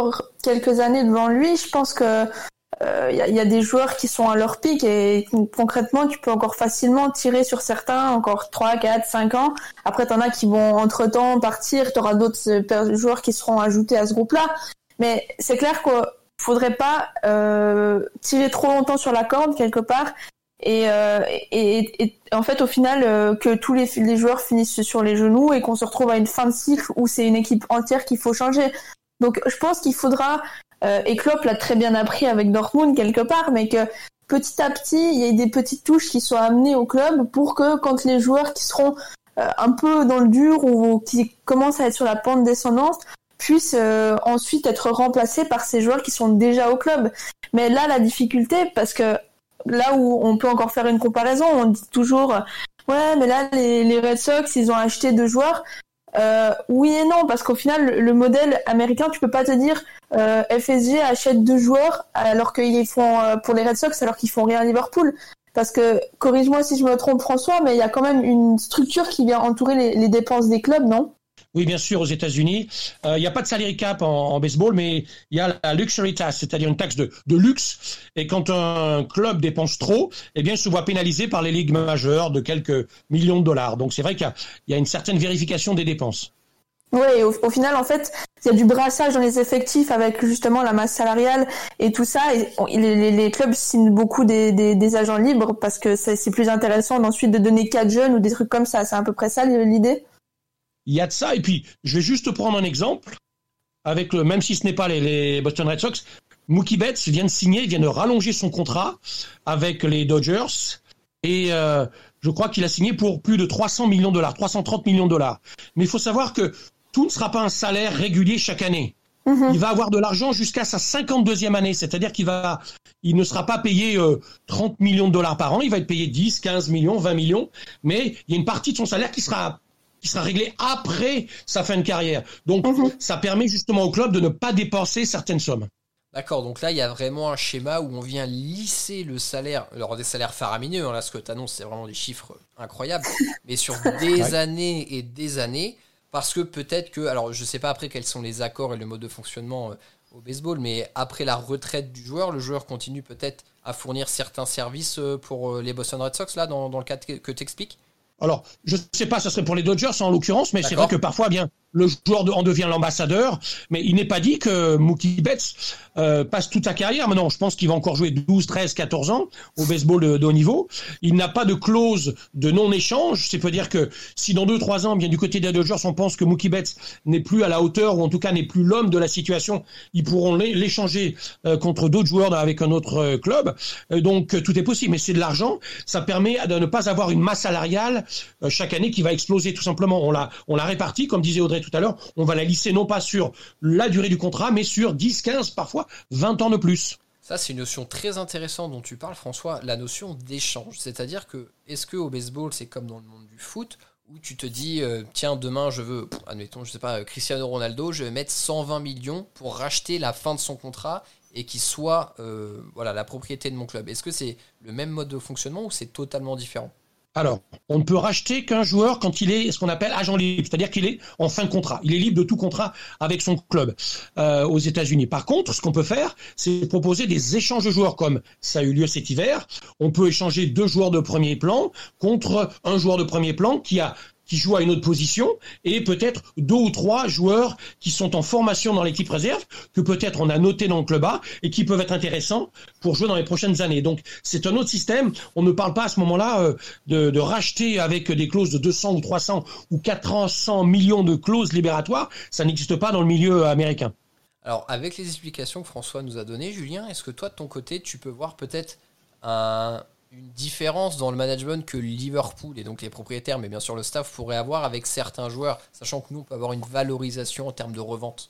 C: quelques années devant lui. Je pense que il euh, y, y a des joueurs qui sont à leur pic et concrètement tu peux encore facilement tirer sur certains encore trois, quatre, cinq ans. Après t'en as qui vont entre-temps partir, t'auras d'autres joueurs qui seront ajoutés à ce groupe-là. Mais c'est clair qu'il faudrait pas euh, tirer trop longtemps sur la corde quelque part et, euh, et, et, et en fait au final euh, que tous les, les joueurs finissent sur les genoux et qu'on se retrouve à une fin de cycle où c'est une équipe entière qu'il faut changer. Donc je pense qu'il faudra Euh, et Klopp l'a très bien appris avec Dortmund quelque part, mais que petit à petit, il y ait des petites touches qui soient amenées au club pour que quand les joueurs qui seront euh, un peu dans le dur ou qui commencent à être sur la pente descendante puissent euh, ensuite être remplacés par ces joueurs qui sont déjà au club. Mais là, la difficulté, parce que là où on peut encore faire une comparaison, on dit toujours « Ouais, mais là, les, les Red Sox, ils ont acheté deux joueurs ». Euh, oui et non, parce qu'au final, le, le modèle américain, tu peux pas te dire euh, F S G achète deux joueurs alors qu'ils font euh, pour les Red Sox alors qu'ils font rien à Liverpool. Parce que, corrige-moi si je me trompe François, mais il y a quand même une structure qui vient entourer les, les dépenses des clubs, non ?
E: Oui, bien sûr, aux États-Unis, il euh, n'y a pas de salary cap en, en baseball, mais il y a la luxury tax, c'est-à-dire une taxe de, de luxe. Et quand un club dépense trop, eh bien, il se voit pénalisé par les ligues majeures de quelques millions de dollars. Donc, c'est vrai qu'il y a, il y a une certaine vérification des dépenses.
C: Oui, au, au final, en fait, il y a du brassage dans les effectifs avec justement la masse salariale et tout ça. Et les, les, les clubs signent beaucoup des, des, des agents libres parce que c'est, c'est plus intéressant d'ensuite de donner quatre jeunes ou des trucs comme ça. C'est à peu près ça l'idée.
E: Il y a de ça, et puis je vais juste prendre un exemple, avec le, même si ce n'est pas les, les Boston Red Sox, Mookie Betts vient de signer, il vient de rallonger son contrat avec les Dodgers, et euh, je crois qu'il a signé pour plus de trois cents millions de dollars, trois cent trente millions de dollars. Mais il faut savoir que tout ne sera pas un salaire régulier chaque année. Mmh. Il va avoir de l'argent jusqu'à sa cinquante-deuxième année, c'est-à-dire qu'il va, il ne sera pas payé euh, trente millions de dollars par an, il va être payé dix, quinze millions, vingt millions, mais il y a une partie de son salaire qui sera qui sera réglé après sa fin de carrière. Donc, mmh. ça permet justement au club de ne pas dépenser certaines sommes.
A: D'accord, donc là, il y a vraiment un schéma où on vient lisser le salaire, alors des salaires faramineux, hein, là, ce que tu annonces, c'est vraiment des chiffres incroyables, mais sur des ouais. années et des années, parce que peut-être que, alors je ne sais pas après quels sont les accords et le mode de fonctionnement euh, au baseball, mais après la retraite du joueur, le joueur continue peut-être à fournir certains services pour euh, les Boston Red Sox, là, dans, dans le cas que tu expliques.
E: Alors, je ne sais pas, ça serait pour les Dodgers en l'occurrence, mais D'accord. c'est vrai que parfois, bien, le joueur en devient l'ambassadeur, mais il n'est pas dit que Mookie Betts euh, passe toute sa carrière. Maintenant, je pense qu'il va encore jouer douze, treize, quatorze ans au baseball de, de haut niveau. Il n'a pas de clause de non-échange. C'est peut dire que si dans deux, trois ans, bien du côté des Dodgers, on pense que Mookie Betts n'est plus à la hauteur, ou en tout cas n'est plus l'homme de la situation, ils pourront l'échanger euh, contre d'autres joueurs avec un autre euh, club. Euh, donc, euh, tout est possible. Mais c'est de l'argent. Ça permet de ne pas avoir une masse salariale euh, chaque année qui va exploser tout simplement. On l'a, on l'a réparti, comme disait Audrey tout à l'heure, on va la lisser non pas sur la durée du contrat, mais sur dix, quinze, parfois vingt ans de plus.
A: Ça, c'est une notion très intéressante dont tu parles, François, la notion d'échange. C'est-à-dire que, est-ce qu'au baseball, c'est comme dans le monde du foot, où tu te dis, euh, tiens, demain, je veux, pff, admettons, je sais pas, Cristiano Ronaldo, je vais mettre cent vingt millions pour racheter la fin de son contrat et qu'il soit euh, voilà, la propriété de mon club. Est-ce que c'est le même mode de fonctionnement ou c'est totalement différent ?
E: Alors, on ne peut racheter qu'un joueur quand il est ce qu'on appelle agent libre, c'est-à-dire qu'il est en fin de contrat. Il est libre de tout contrat avec son club euh, aux États-Unis. Par contre, ce qu'on peut faire, c'est proposer des échanges de joueurs, comme ça a eu lieu cet hiver. On peut échanger deux joueurs de premier plan contre un joueur de premier plan qui a qui joue à une autre position, et peut-être deux ou trois joueurs qui sont en formation dans l'équipe réserve, que peut-être on a noté dans le club A, et qui peuvent être intéressants pour jouer dans les prochaines années. Donc, c'est un autre système. On ne parle pas à ce moment-là euh, de, de racheter avec des clauses de deux cents ou trois cents ou quatre cents millions de clauses libératoires. Ça n'existe pas dans le milieu américain.
A: Alors, avec les explications que François nous a données, Julien, est-ce que toi, de ton côté, tu peux voir peut-être un... une différence dans le management que Liverpool et donc les propriétaires, mais bien sûr le staff, pourrait avoir avec certains joueurs, sachant que nous, on peut avoir une valorisation en termes de revente?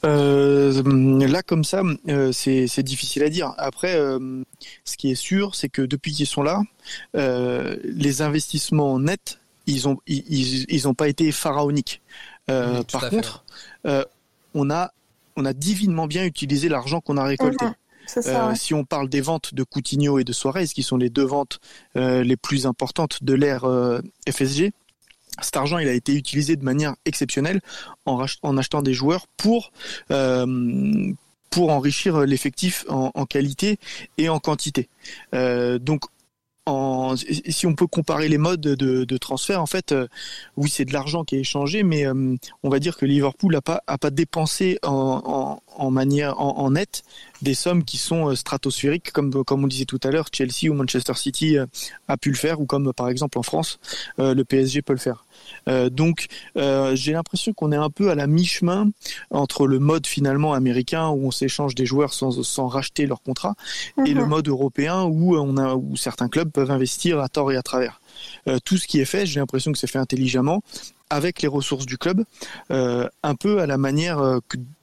D: Euh, là, comme ça, euh, c'est, c'est difficile à dire. Après, euh, ce qui est sûr, c'est que depuis qu'ils sont là, euh, les investissements nets, ils ont, ils, ils, ils ont pas été pharaoniques. Euh, mmh, par contre, euh, on a, on a divinement bien utilisé l'argent qu'on a récolté. Mmh. Ça, euh, ouais. Si on parle des ventes de Coutinho et de Suarez, qui sont les deux ventes euh, les plus importantes de l'ère euh, F S G, cet argent il a été utilisé de manière exceptionnelle en, rach- en achetant des joueurs pour, euh, pour enrichir l'effectif en, en qualité et en quantité. Euh, donc En, si on peut comparer les modes de, de transfert, en fait, euh, oui, c'est de l'argent qui est échangé, mais euh, on va dire que Liverpool n'a pas, a pas dépensé en, en, en manière en, en net des sommes qui sont stratosphériques, comme, comme on disait tout à l'heure, Chelsea ou Manchester City euh, a pu le faire, ou comme par exemple en France, euh, le P S G peut le faire. Euh, donc, euh, j'ai l'impression qu'on est un peu à la mi-chemin entre le mode finalement américain où on s'échange des joueurs sans, sans racheter leur contrat, mm-hmm. et le mode européen où on a où certains clubs peuvent investir à tort et à travers. Euh, tout ce qui est fait, j'ai l'impression que c'est fait intelligemment avec les ressources du club, euh, un peu à la manière euh,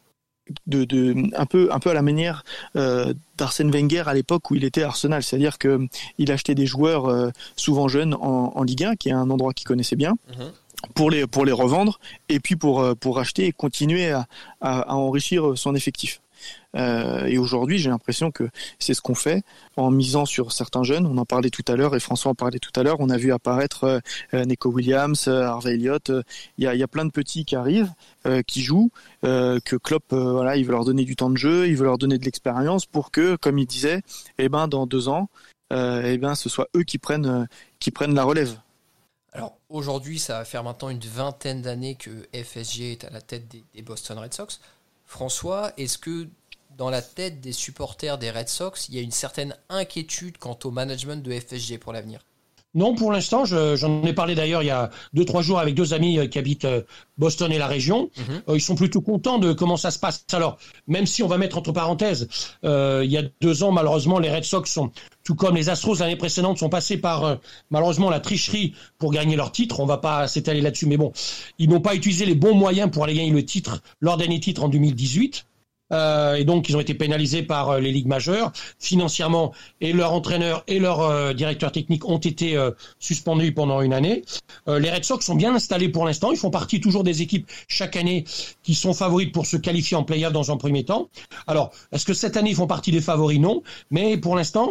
D: de, de un peu un peu à la manière euh, d'Arsène Wenger à l'époque où il était à Arsenal, c'est-à-dire que il achetait des joueurs euh, souvent jeunes en, en Ligue un, qui est un endroit qu'il connaissait bien. Mmh. pour les pour les revendre et puis pour pour racheter et continuer à, à, à enrichir son effectif. Euh, et aujourd'hui, j'ai l'impression que c'est ce qu'on fait en misant sur certains jeunes. On en parlait tout à l'heure et François en parlait tout à l'heure. On a vu apparaître euh, Neco Williams, euh, Harvey Elliott. Il euh, y, a, y a plein de petits qui arrivent, euh, qui jouent, euh, que Klopp, euh, voilà, il veut leur donner du temps de jeu, il veut leur donner de l'expérience pour que, comme il disait, eh ben dans deux ans, euh, eh ben ce soit eux qui prennent euh, qui prennent la relève.
A: Alors aujourd'hui, ça va faire maintenant une vingtaine d'années que F S G est à la tête des, des Boston Red Sox. François, est-ce que dans la tête des supporters des Red Sox, il y a une certaine inquiétude quant au management de F S G pour l'avenir ?
E: Non, pour l'instant, je, j'en ai parlé d'ailleurs il y a deux, trois jours avec deux amis qui habitent Boston et la région. Mmh. Euh, ils sont plutôt contents de comment ça se passe. Alors, même si on va mettre entre parenthèses, euh, il y a deux ans, malheureusement, les Red Sox sont, tout comme les Astros l'année précédente, sont passés par, euh, malheureusement, la tricherie pour gagner leur titre. On va pas s'étaler là-dessus, mais bon, ils n'ont pas utilisé les bons moyens pour aller gagner le titre, leur dernier titre en deux mille dix-huit. Euh, et donc ils ont été pénalisés par euh, les ligues majeures financièrement, et leur entraîneur et leur euh, directeur technique ont été euh, suspendus pendant une année. Euh, les Red Sox sont bien installés pour l'instant, ils font partie toujours des équipes chaque année qui sont favorites pour se qualifier en play-off dans un premier temps. Alors, est-ce que cette année ils font partie des favoris ? Non, mais pour l'instant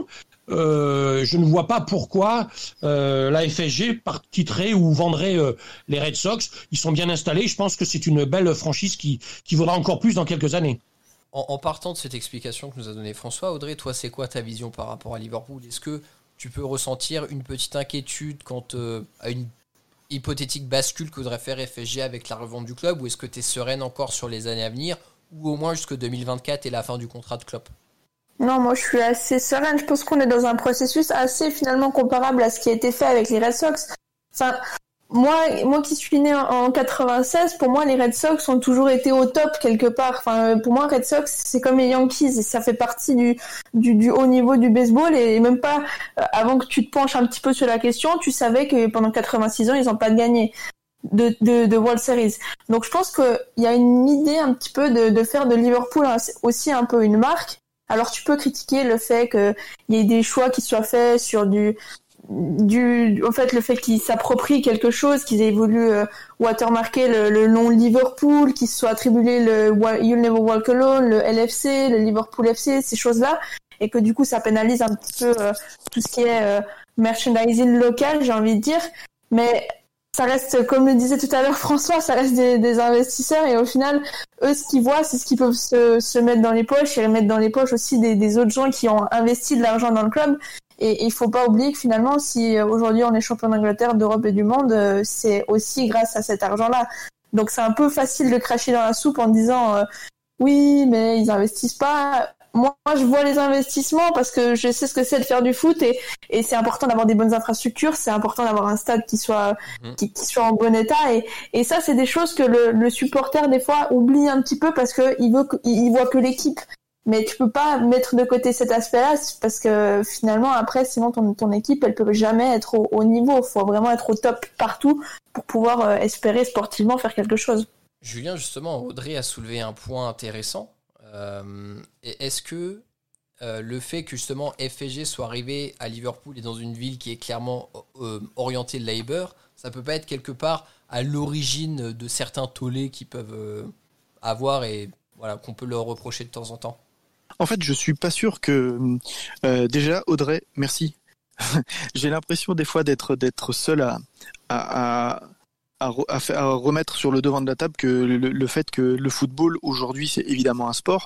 E: Euh, je ne vois pas pourquoi euh, la F S G partiterait ou vendrait euh, les Red Sox. Ils sont bien installés, je pense que c'est une belle franchise qui, qui vaudra encore plus dans quelques années.
A: En, en partant de cette explication que nous a donnée François, Audrey, toi, c'est quoi ta vision par rapport à Liverpool ? Est-ce que tu peux ressentir une petite inquiétude quant euh, à une hypothétique bascule que voudrait faire F S G avec la revente du club, ou est-ce que tu es sereine encore sur les années à venir, ou au moins jusque deux mille vingt-quatre et la fin du contrat de Klopp ?
C: Non, moi je suis assez sereine. Je pense qu'on est dans un processus assez finalement comparable à ce qui a été fait avec les Red Sox. Enfin, moi, moi qui suis née en quatre-vingt-seize, pour moi les Red Sox ont toujours été au top quelque part. Enfin, pour moi Red Sox c'est comme les Yankees, et ça fait partie du, du, du haut niveau du baseball. Et même pas avant que tu te penches un petit peu sur la question, tu savais que pendant quatre-vingt-six ans ils n'ont pas gagné de, de, de World Series. Donc je pense que il y a une idée un petit peu de, de faire de Liverpool aussi un peu une marque. Alors tu peux critiquer le fait qu'il y ait des choix qui soient faits sur du, du, en fait le fait qu'ils s'approprient quelque chose, qu'ils aient voulu euh, watermarker le, le nom Liverpool, qu'ils se soient attribués le You'll Never Walk Alone, le L F C, le Liverpool F C, ces choses-là, et que du coup ça pénalise un petit peu euh, tout ce qui est euh, merchandising local, j'ai envie de dire, mais ça reste, comme le disait tout à l'heure François, ça reste des, des investisseurs, et au final, eux, ce qu'ils voient, c'est ce qu'ils peuvent se, se mettre dans les poches, et remettre dans les poches aussi des, des autres gens qui ont investi de l'argent dans le club. Et il faut pas oublier que finalement, si aujourd'hui on est champion d'Angleterre, d'Europe et du monde, c'est aussi grâce à cet argent-là. Donc c'est un peu facile de cracher dans la soupe en disant euh, oui, mais ils investissent pas. Moi, je vois les investissements parce que je sais ce que c'est de faire du foot, et, et c'est important d'avoir des bonnes infrastructures, c'est important d'avoir un stade qui soit, mmh. qui, qui soit en bon état, et, et ça, c'est des choses que le, le supporter, des fois, oublie un petit peu parce qu'il veut, il voit que l'équipe. Mais tu peux pas mettre de côté cet aspect-là parce que finalement, après, sinon ton, ton équipe, elle peut jamais être au haut niveau. Il faut vraiment être au top partout pour pouvoir euh, espérer sportivement faire quelque chose.
A: Julien, justement, Audrey a soulevé un point intéressant. Euh, est-ce que euh, le fait que justement F S G soit arrivé à Liverpool et dans une ville qui est clairement euh, orientée Labour, ça peut pas être quelque part à l'origine de certains tollés qu'ils peuvent euh, avoir et voilà, qu'on peut leur reprocher de temps en temps?
D: En fait, je suis pas sûr que euh, déjà Audrey, merci. J'ai l'impression des fois d'être d'être seul à à, à À, à, à remettre sur le devant de la table que le, le fait que le football aujourd'hui c'est évidemment un sport,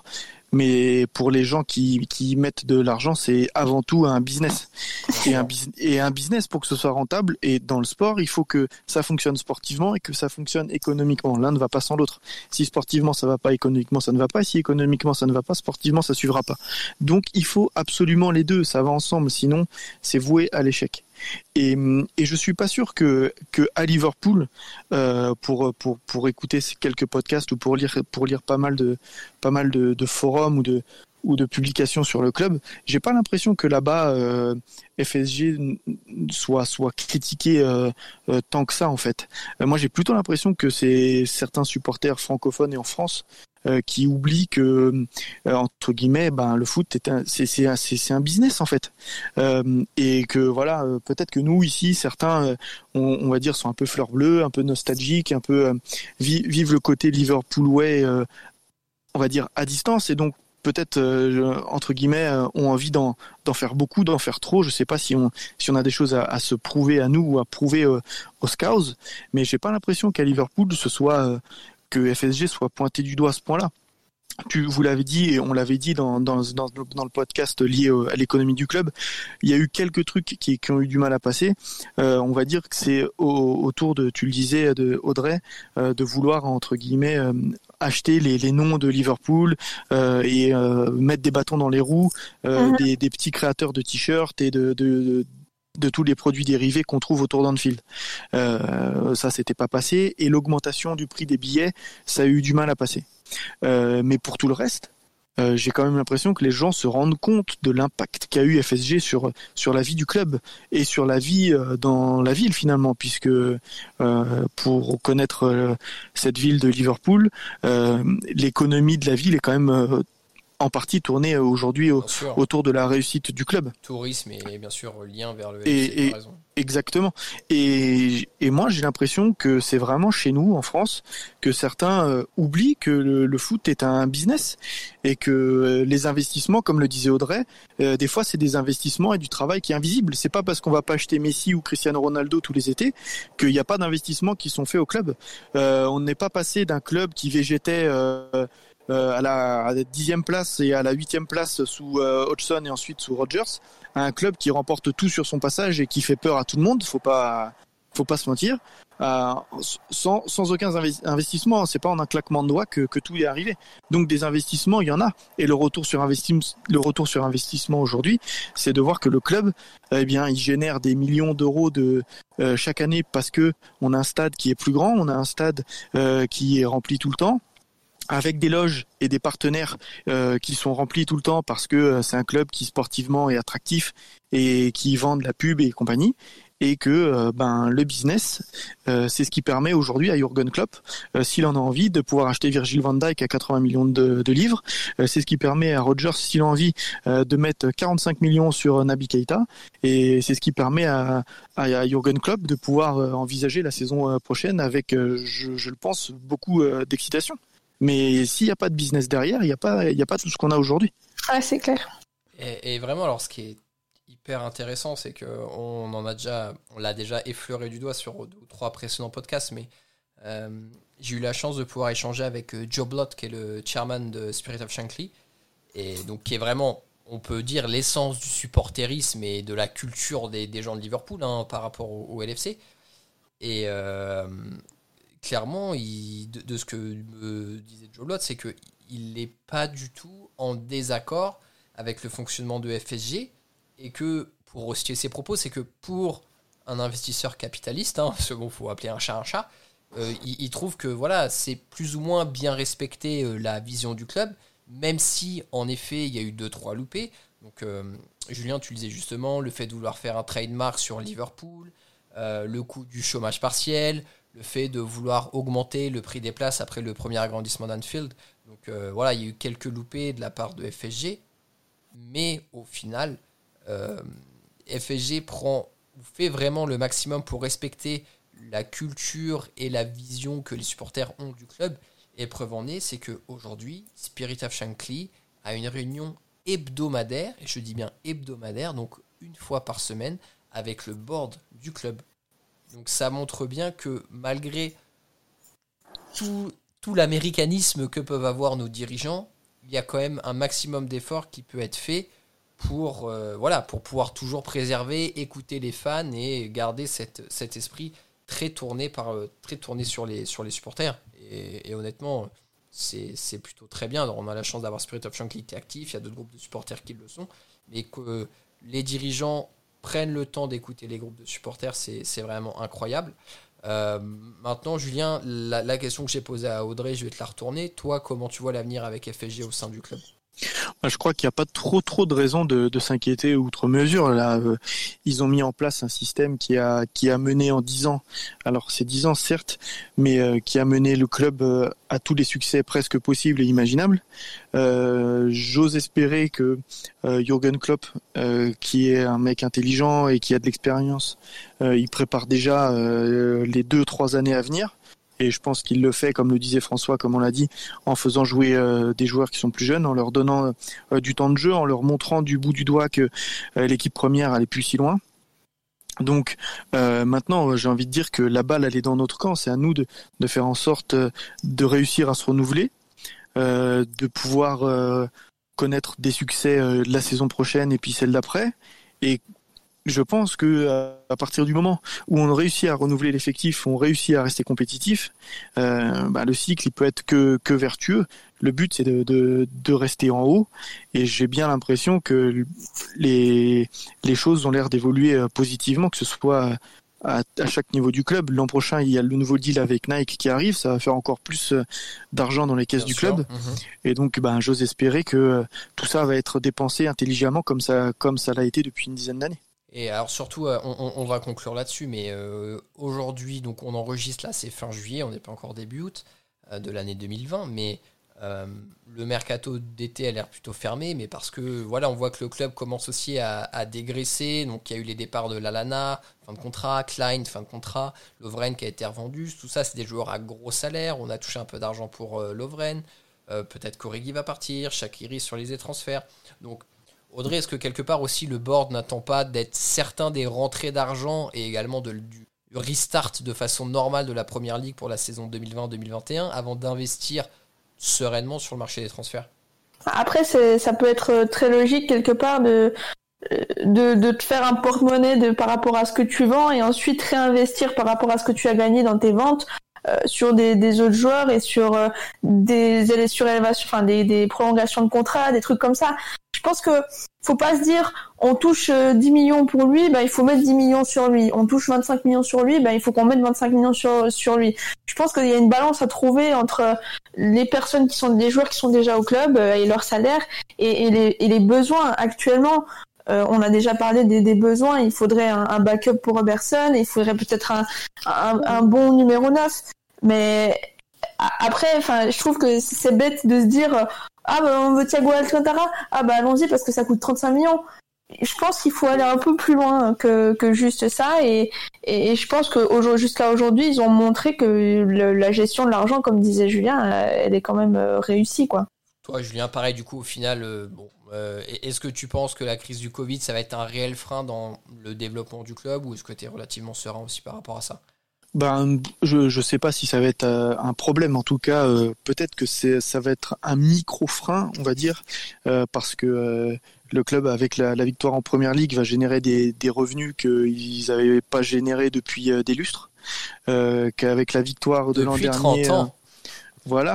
D: mais pour les gens qui, qui y mettent de l'argent, c'est avant tout un business. Et un, et un business, pour que ce soit rentable, et dans le sport, il faut que ça fonctionne sportivement et que ça fonctionne économiquement. L'un ne va pas sans l'autre. Si sportivement ça va pas, économiquement ça ne va pas. Si économiquement ça ne va pas, sportivement ça suivra pas. Donc il faut absolument les deux, ça va ensemble, sinon c'est voué à l'échec. Et, et je suis pas sûr que, que à Liverpool, euh, pour, pour, pour écouter ces quelques podcasts ou pour lire, pour lire pas mal de, pas mal de, de forums ou de, ou de publications sur le club, j'ai pas l'impression que là-bas euh, F S G soit soit critiqué euh, euh, tant que ça en fait. Euh, moi j'ai plutôt l'impression que c'est certains supporters francophones et en France euh, qui oublient que euh, entre guillemets ben le foot est un, c'est c'est un, c'est, c'est un business en fait euh, et que voilà euh, peut-être que nous ici certains euh, on, on va dire sont un peu fleur bleue, un peu nostalgiques, un peu euh, vi- vivent le côté Liverpool way euh, on va dire à distance et donc peut-être euh, entre guillemets euh, ont envie d'en d'en faire beaucoup, d'en faire trop. Je sais pas si on si on a des choses à, à se prouver à nous ou à prouver euh, aux Scouts, mais j'ai pas l'impression qu'à Liverpool ce soit euh, que F S G soit pointé du doigt à ce point-là. Tu, vous l'avez dit et on l'avait dit dans, dans, dans, dans le podcast lié au, à l'économie du club, il y a eu quelques trucs qui, qui ont eu du mal à passer. Euh, on va dire que c'est au, autour de, tu le disais, de Audrey, euh, de vouloir entre guillemets euh, acheter les, les noms de Liverpool euh, et euh, mettre des bâtons dans les roues, euh, mmh. des, des petits créateurs de t-shirts et de, de, de de tous les produits dérivés qu'on trouve autour d'Anfield. Euh, ça, c'était pas passé. Et l'augmentation du prix des billets, ça a eu du mal à passer. Euh, mais pour tout le reste, euh, j'ai quand même l'impression que les gens se rendent compte de l'impact qu'a eu F S G sur sur la vie du club et sur la vie euh, dans la ville finalement, puisque euh, pour connaître euh, cette ville de Liverpool, euh, l'économie de la ville est quand même euh, en partie tournée aujourd'hui au, autour de la réussite du club.
A: Tourisme et bien sûr lien vers le
D: et,
A: F C,
D: et raison. Exactement. Et, et moi j'ai l'impression que c'est vraiment chez nous en France que certains euh, oublient que le, le foot est un business et que euh, les investissements, comme le disait Audrey, euh, des fois c'est des investissements et du travail qui est invisible. C'est pas parce qu'on va pas acheter Messi ou Cristiano Ronaldo tous les étés qu'il n'y a pas d'investissements qui sont faits au club. Euh, on n'est pas passé d'un club qui végétait euh, Euh, à la dixième place et à la huitième place sous euh, Hodgson et ensuite sous Rodgers, un club qui remporte tout sur son passage et qui fait peur à tout le monde. Faut pas, faut pas se mentir. Euh, sans, sans aucun investissement, c'est pas en un claquement de doigts que, que tout est arrivé. Donc des investissements, il y en a. Et le retour sur investissement, le retour sur investissement aujourd'hui, c'est de voir que le club, eh bien, il génère des millions d'euros de euh, chaque année parce que on a un stade qui est plus grand, on a un stade euh, qui est rempli tout le temps, avec des loges et des partenaires euh, qui sont remplis tout le temps parce que euh, c'est un club qui sportivement est attractif et qui vend de la pub et compagnie, et que euh, ben le business euh, c'est ce qui permet aujourd'hui à Jürgen Klopp euh, s'il en a envie de pouvoir acheter Virgil van Dijk à quatre-vingts millions de, de livres, euh, c'est ce qui permet à Rodgers s'il a envie euh, de mettre quarante-cinq millions sur Naby Keita, et c'est ce qui permet à, à, à Jürgen Klopp de pouvoir euh, envisager la saison euh, prochaine avec euh, je, je le pense beaucoup euh, d'excitation. Mais s'il n'y a pas de business derrière, il n'y a pas, il n'y a pas tout ce qu'on a aujourd'hui.
C: Ah, c'est clair.
A: Et, et vraiment, alors, ce qui est hyper intéressant, c'est qu'on en a déjà, on l'a déjà effleuré du doigt sur deux ou trois précédents podcasts, mais euh, j'ai eu la chance de pouvoir échanger avec Joe Blott, qui est le chairman de Spirit of Shankly, et donc qui est vraiment, on peut dire, l'essence du supporterisme et de la culture des, des gens de Liverpool hein, par rapport au, au L F C. Et euh, clairement, il, de, de ce que me disait Joe Blott, c'est qu'il n'est pas du tout en désaccord avec le fonctionnement de F S G, et que, pour resituer ses propos, c'est que pour un investisseur capitaliste, hein, parce qu'il faut appeler un chat un chat, euh, il, il trouve que voilà, c'est plus ou moins bien respecté euh, la vision du club, même si, en effet, il y a eu deux trois loupés. Donc, euh, Julien, tu le disais justement, le fait de vouloir faire un trademark sur Liverpool, euh, le coût du chômage partiel, le fait de vouloir augmenter le prix des places après le premier agrandissement d'Anfield. Donc euh, voilà, il y a eu quelques loupés de la part de F S G, mais au final, euh, F S G prend, fait vraiment le maximum pour respecter la culture et la vision que les supporters ont du club. Et preuve en est, c'est qu'aujourd'hui, Spirit of Shankly a une réunion hebdomadaire, et je dis bien hebdomadaire, donc une fois par semaine, avec le board du club. Donc ça montre bien que malgré tout, tout l'américanisme que peuvent avoir nos dirigeants, il y a quand même un maximum d'efforts qui peut être fait pour, euh, voilà, pour pouvoir toujours préserver, écouter les fans et garder cette, cet esprit très tourné, par, très tourné sur, les, sur les supporters. Et, et honnêtement, c'est, c'est plutôt très bien. Alors, on a la chance d'avoir Spirit of Chang qui est actif, il y a d'autres groupes de supporters qui le sont, mais que les dirigeants prennent le temps d'écouter les groupes de supporters, c'est, c'est vraiment incroyable. Euh, maintenant, Julien, la, la question que j'ai posée à Audrey, je vais te la retourner. Toi, comment tu vois l'avenir avec F S G au sein du club ?
D: Je crois qu'il n'y a pas trop trop de raisons de, de s'inquiéter outre mesure. Là, euh, ils ont mis en place un système qui a qui a mené en dix ans. Alors c'est dix ans certes, mais euh, qui a mené le club euh, à tous les succès presque possibles et imaginables. Euh, j'ose espérer que euh, Jürgen Klopp, euh, qui est un mec intelligent et qui a de l'expérience, euh, il prépare déjà euh, les deux trois années à venir. Et je pense qu'il le fait, comme le disait François, comme on l'a dit, en faisant jouer euh, des joueurs qui sont plus jeunes, en leur donnant euh, du temps de jeu, en leur montrant du bout du doigt que euh, l'équipe première allait plus si loin. Donc euh, maintenant, j'ai envie de dire que la balle, elle est dans notre camp. C'est à nous de, de faire en sorte de réussir à se renouveler, euh, de pouvoir euh, connaître des succès euh, la saison prochaine et puis celle d'après. Et je pense que à partir du moment où on réussit à renouveler l'effectif, on réussit à rester compétitif, euh, bah, le cycle il peut être que que vertueux. Le but c'est de de de rester en haut et j'ai bien l'impression que les les choses ont l'air d'évoluer positivement, que ce soit à, à chaque niveau du club. L'an prochain, il y a le nouveau deal avec Nike qui arrive, ça va faire encore plus d'argent dans les caisses bien du sûr. Club. Mmh. Et donc ben j'ose espérer que tout ça va être dépensé intelligemment comme ça comme ça l'a été depuis une dizaine d'années.
A: Et alors surtout, on, on va conclure là-dessus, mais euh, aujourd'hui, donc on enregistre là, c'est fin juillet, on n'est pas encore début août euh, de l'année deux mille vingt, mais euh, le mercato d'été a l'air plutôt fermé, mais parce que voilà, on voit que le club commence aussi à, à dégraisser, donc il y a eu les départs de Lallana, fin de contrat, Klein, fin de contrat, Lovren qui a été revendu, tout ça c'est des joueurs à gros salaires, on a touché un peu d'argent pour euh, Lovren, euh, peut-être qu'Origi va partir, Shaqiri sur les transferts, donc Audrey, est-ce que quelque part aussi le board n'attend pas d'être certain des rentrées d'argent et également de, du restart de façon normale de la Première Ligue pour la saison deux mille vingt deux mille vingt et un avant d'investir sereinement sur le marché des transferts ?
C: Après, c'est, ça peut être très logique quelque part de, de, de te faire un porte-monnaie de, par rapport à ce que tu vends et ensuite réinvestir par rapport à ce que tu as gagné dans tes ventes euh, sur des, des autres joueurs et sur euh, des surélévations, enfin des, des prolongations de contrat, des trucs comme ça. Je pense que faut pas se dire on touche dix millions pour lui, bah il faut mettre dix millions sur lui. On touche vingt-cinq millions sur lui, bah il faut qu'on mette vingt-cinq millions sur sur lui. Je pense qu'il y a une balance à trouver entre les personnes qui sont les joueurs qui sont déjà au club et leur salaire et, et les et les besoins actuellement. Euh, on a déjà parlé des, des besoins. Il faudrait un, un backup pour Robertson, il faudrait peut-être un un, un bon numéro neuf. Mais après, enfin, je trouve que c'est bête de se dire ah bah on veut Thiago Alcantara, ah bah allons-y parce que ça coûte trente-cinq millions. Je pense qu'il faut aller un peu plus loin que, que juste ça et, et, et je pense que jusqu'à aujourd'hui ils ont montré que le, la gestion de l'argent, comme disait Julien, elle est quand même réussie quoi.
A: Toi Julien, pareil du coup au final, euh, bon, euh, est-ce que tu penses que la crise du Covid ça va être un réel frein dans le développement du club ou est-ce que tu es relativement serein aussi par rapport à ça ?
D: Ben, je je sais pas si ça va être euh, un problème. En tout cas, euh, peut-être que c'est ça va être un micro frein, on va dire, euh, parce que euh, le club avec la, la victoire en Première Ligue va générer des des revenus qu'ils n'avaient pas générés depuis euh, des lustres, euh, qu'avec la victoire de
A: depuis
D: l'an dernier.
A: trente ans.
D: Euh, Voilà.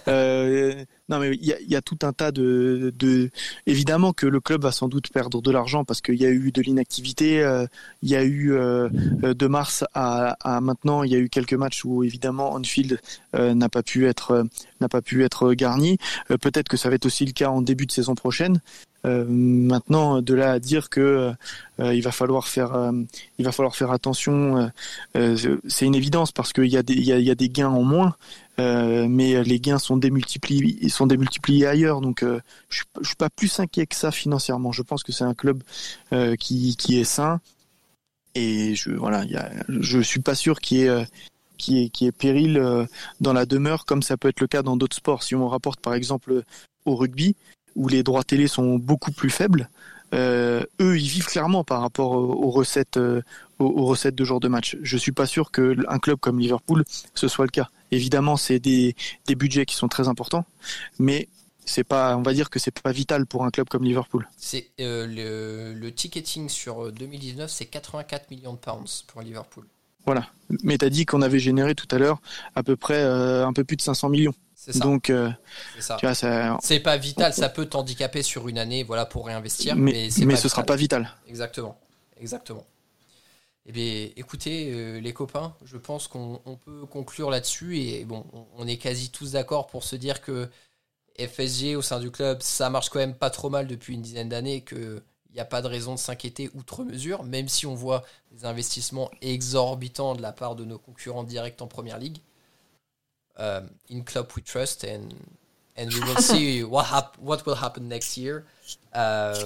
D: euh, non mais il y a, y a tout un tas de, de. Évidemment que le club va sans doute perdre de l'argent parce qu'il y a eu de l'inactivité. Il euh, y a eu euh, de mars à, à maintenant, il y a eu quelques matchs où évidemment Anfield euh, n'a pas pu être euh, n'a pas pu être garni. Euh, peut-être que ça va être aussi le cas en début de saison prochaine. Euh, maintenant, de là à dire que euh, il va falloir faire, euh, il va falloir faire attention, euh, c'est une évidence parce qu'il y a des, il y a, il y a des gains en moins, euh, mais les gains sont démultipliés, ils sont démultipliés ailleurs. Donc, euh, je suis, je suis pas plus inquiet que ça financièrement. Je pense que c'est un club euh, qui, qui est sain et je, voilà, il y a, je suis pas sûr qu'il y ait qui est, qui est péril euh, dans la demeure comme ça peut être le cas dans d'autres sports. Si on rapporte par exemple au rugby, où les droits télé sont beaucoup plus faibles, euh, eux, ils vivent clairement par rapport aux recettes, euh, aux, aux recettes de genre de match. Je suis pas sûr qu'un club comme Liverpool, ce soit le cas. Évidemment, c'est des, des budgets qui sont très importants, mais c'est pas, on va dire que c'est pas vital pour un club comme Liverpool.
A: C'est euh, le, le ticketing sur deux mille dix-neuf, c'est quatre-vingt-quatre millions de pounds pour Liverpool.
D: Voilà. Mais t'as dit qu'on avait généré tout à l'heure à peu près euh, un peu plus de cinq cents millions.
A: C'est ça.
D: Donc, euh,
A: c'est ça.
D: Tu vois, ça...
A: c'est pas vital, ça peut t'handicaper sur une année, voilà, pour réinvestir, mais,
D: mais,
A: c'est
D: mais
A: pas
D: ce
A: vital.
D: sera pas vital.
A: Exactement, exactement. Eh bien, écoutez, euh, les copains, je pense qu'on on peut conclure là-dessus et bon, on, on est quasi tous d'accord pour se dire que F S G au sein du club, ça marche quand même pas trop mal depuis une dizaine d'années, qu'il n'y a pas de raison de s'inquiéter outre mesure, même si on voit des investissements exorbitants de la part de nos concurrents directs en Première Ligue. Um, in club we trust and, and we will see what, hap- what will happen next year. Um,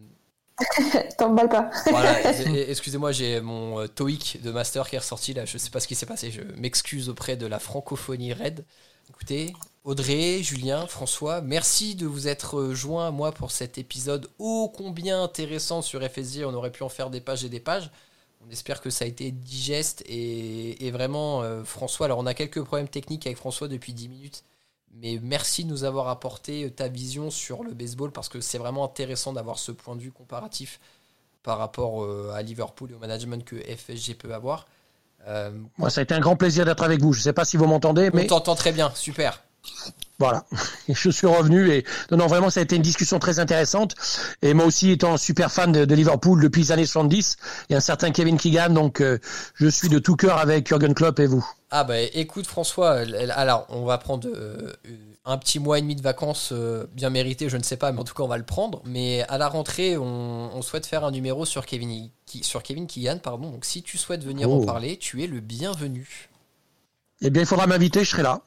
C: T'emballes pas.
A: voilà, excusez-moi, j'ai mon euh, TOEIC de master qui est ressorti là, je sais pas ce qui s'est passé, je m'excuse auprès de la francophonie raide. Écoutez, Audrey, Julien, François, merci de vous être joints à moi pour cet épisode ô combien intéressant sur F S G. On aurait pu en faire des pages et des pages. On espère que ça a été digeste et, et vraiment euh, François, alors on a quelques problèmes techniques avec François depuis dix minutes, mais merci de nous avoir apporté ta vision sur le baseball parce que c'est vraiment intéressant d'avoir ce point de vue comparatif par rapport euh, à Liverpool et au management que F S G peut avoir. Euh,
E: Moi, ça a été un grand plaisir d'être avec vous. Je ne sais pas si vous m'entendez, mais...
A: On t'entend très bien, super.
E: Voilà, je suis revenu et non, non, vraiment ça a été une discussion très intéressante et moi aussi étant super fan de, de Liverpool depuis les années soixante-dix, il y a un certain Kevin Keegan, donc euh, je suis de tout cœur avec Jürgen Klopp et vous.
A: Ah bah écoute François, alors on va prendre euh, un petit mois et demi de vacances euh, bien mérité, je ne sais pas, mais en tout cas on va le prendre, mais à la rentrée on, on souhaite faire un numéro sur Kevin, sur Kevin Keegan, pardon, donc si tu souhaites venir oh. en parler, tu es le bienvenu.
E: Eh bien, il faudra m'inviter, je serai là.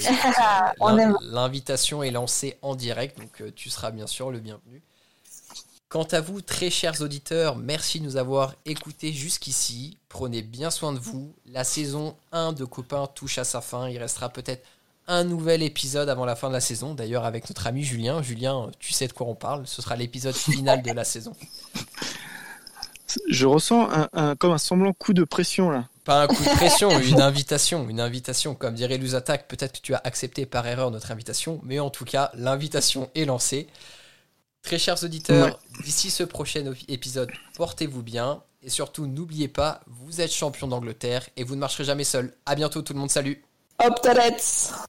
A: L'in- l'invitation est lancée en direct, donc euh, tu seras bien sûr le bienvenu. Quant à vous, très chers auditeurs, merci de nous avoir écoutés jusqu'ici. Prenez bien soin de vous. La saison un de Copains touche à sa fin. Il restera peut-être un nouvel épisode avant la fin de la saison. D'ailleurs, avec notre ami Julien. Julien, tu sais de quoi on parle. Ce sera l'épisode final de la saison.
D: Je ressens un, un, comme un semblant coup de pression là.
A: Pas un coup de pression, une invitation, une invitation. Comme dirait Luzatak, peut-être que tu as accepté par erreur notre invitation, mais en tout cas, l'invitation est lancée. Très chers auditeurs, ouais. D'ici ce prochain épisode, portez-vous bien et surtout n'oubliez pas, vous êtes champion d'Angleterre et vous ne marcherez jamais seul. À bientôt tout le monde, salut.
C: Up the Reds.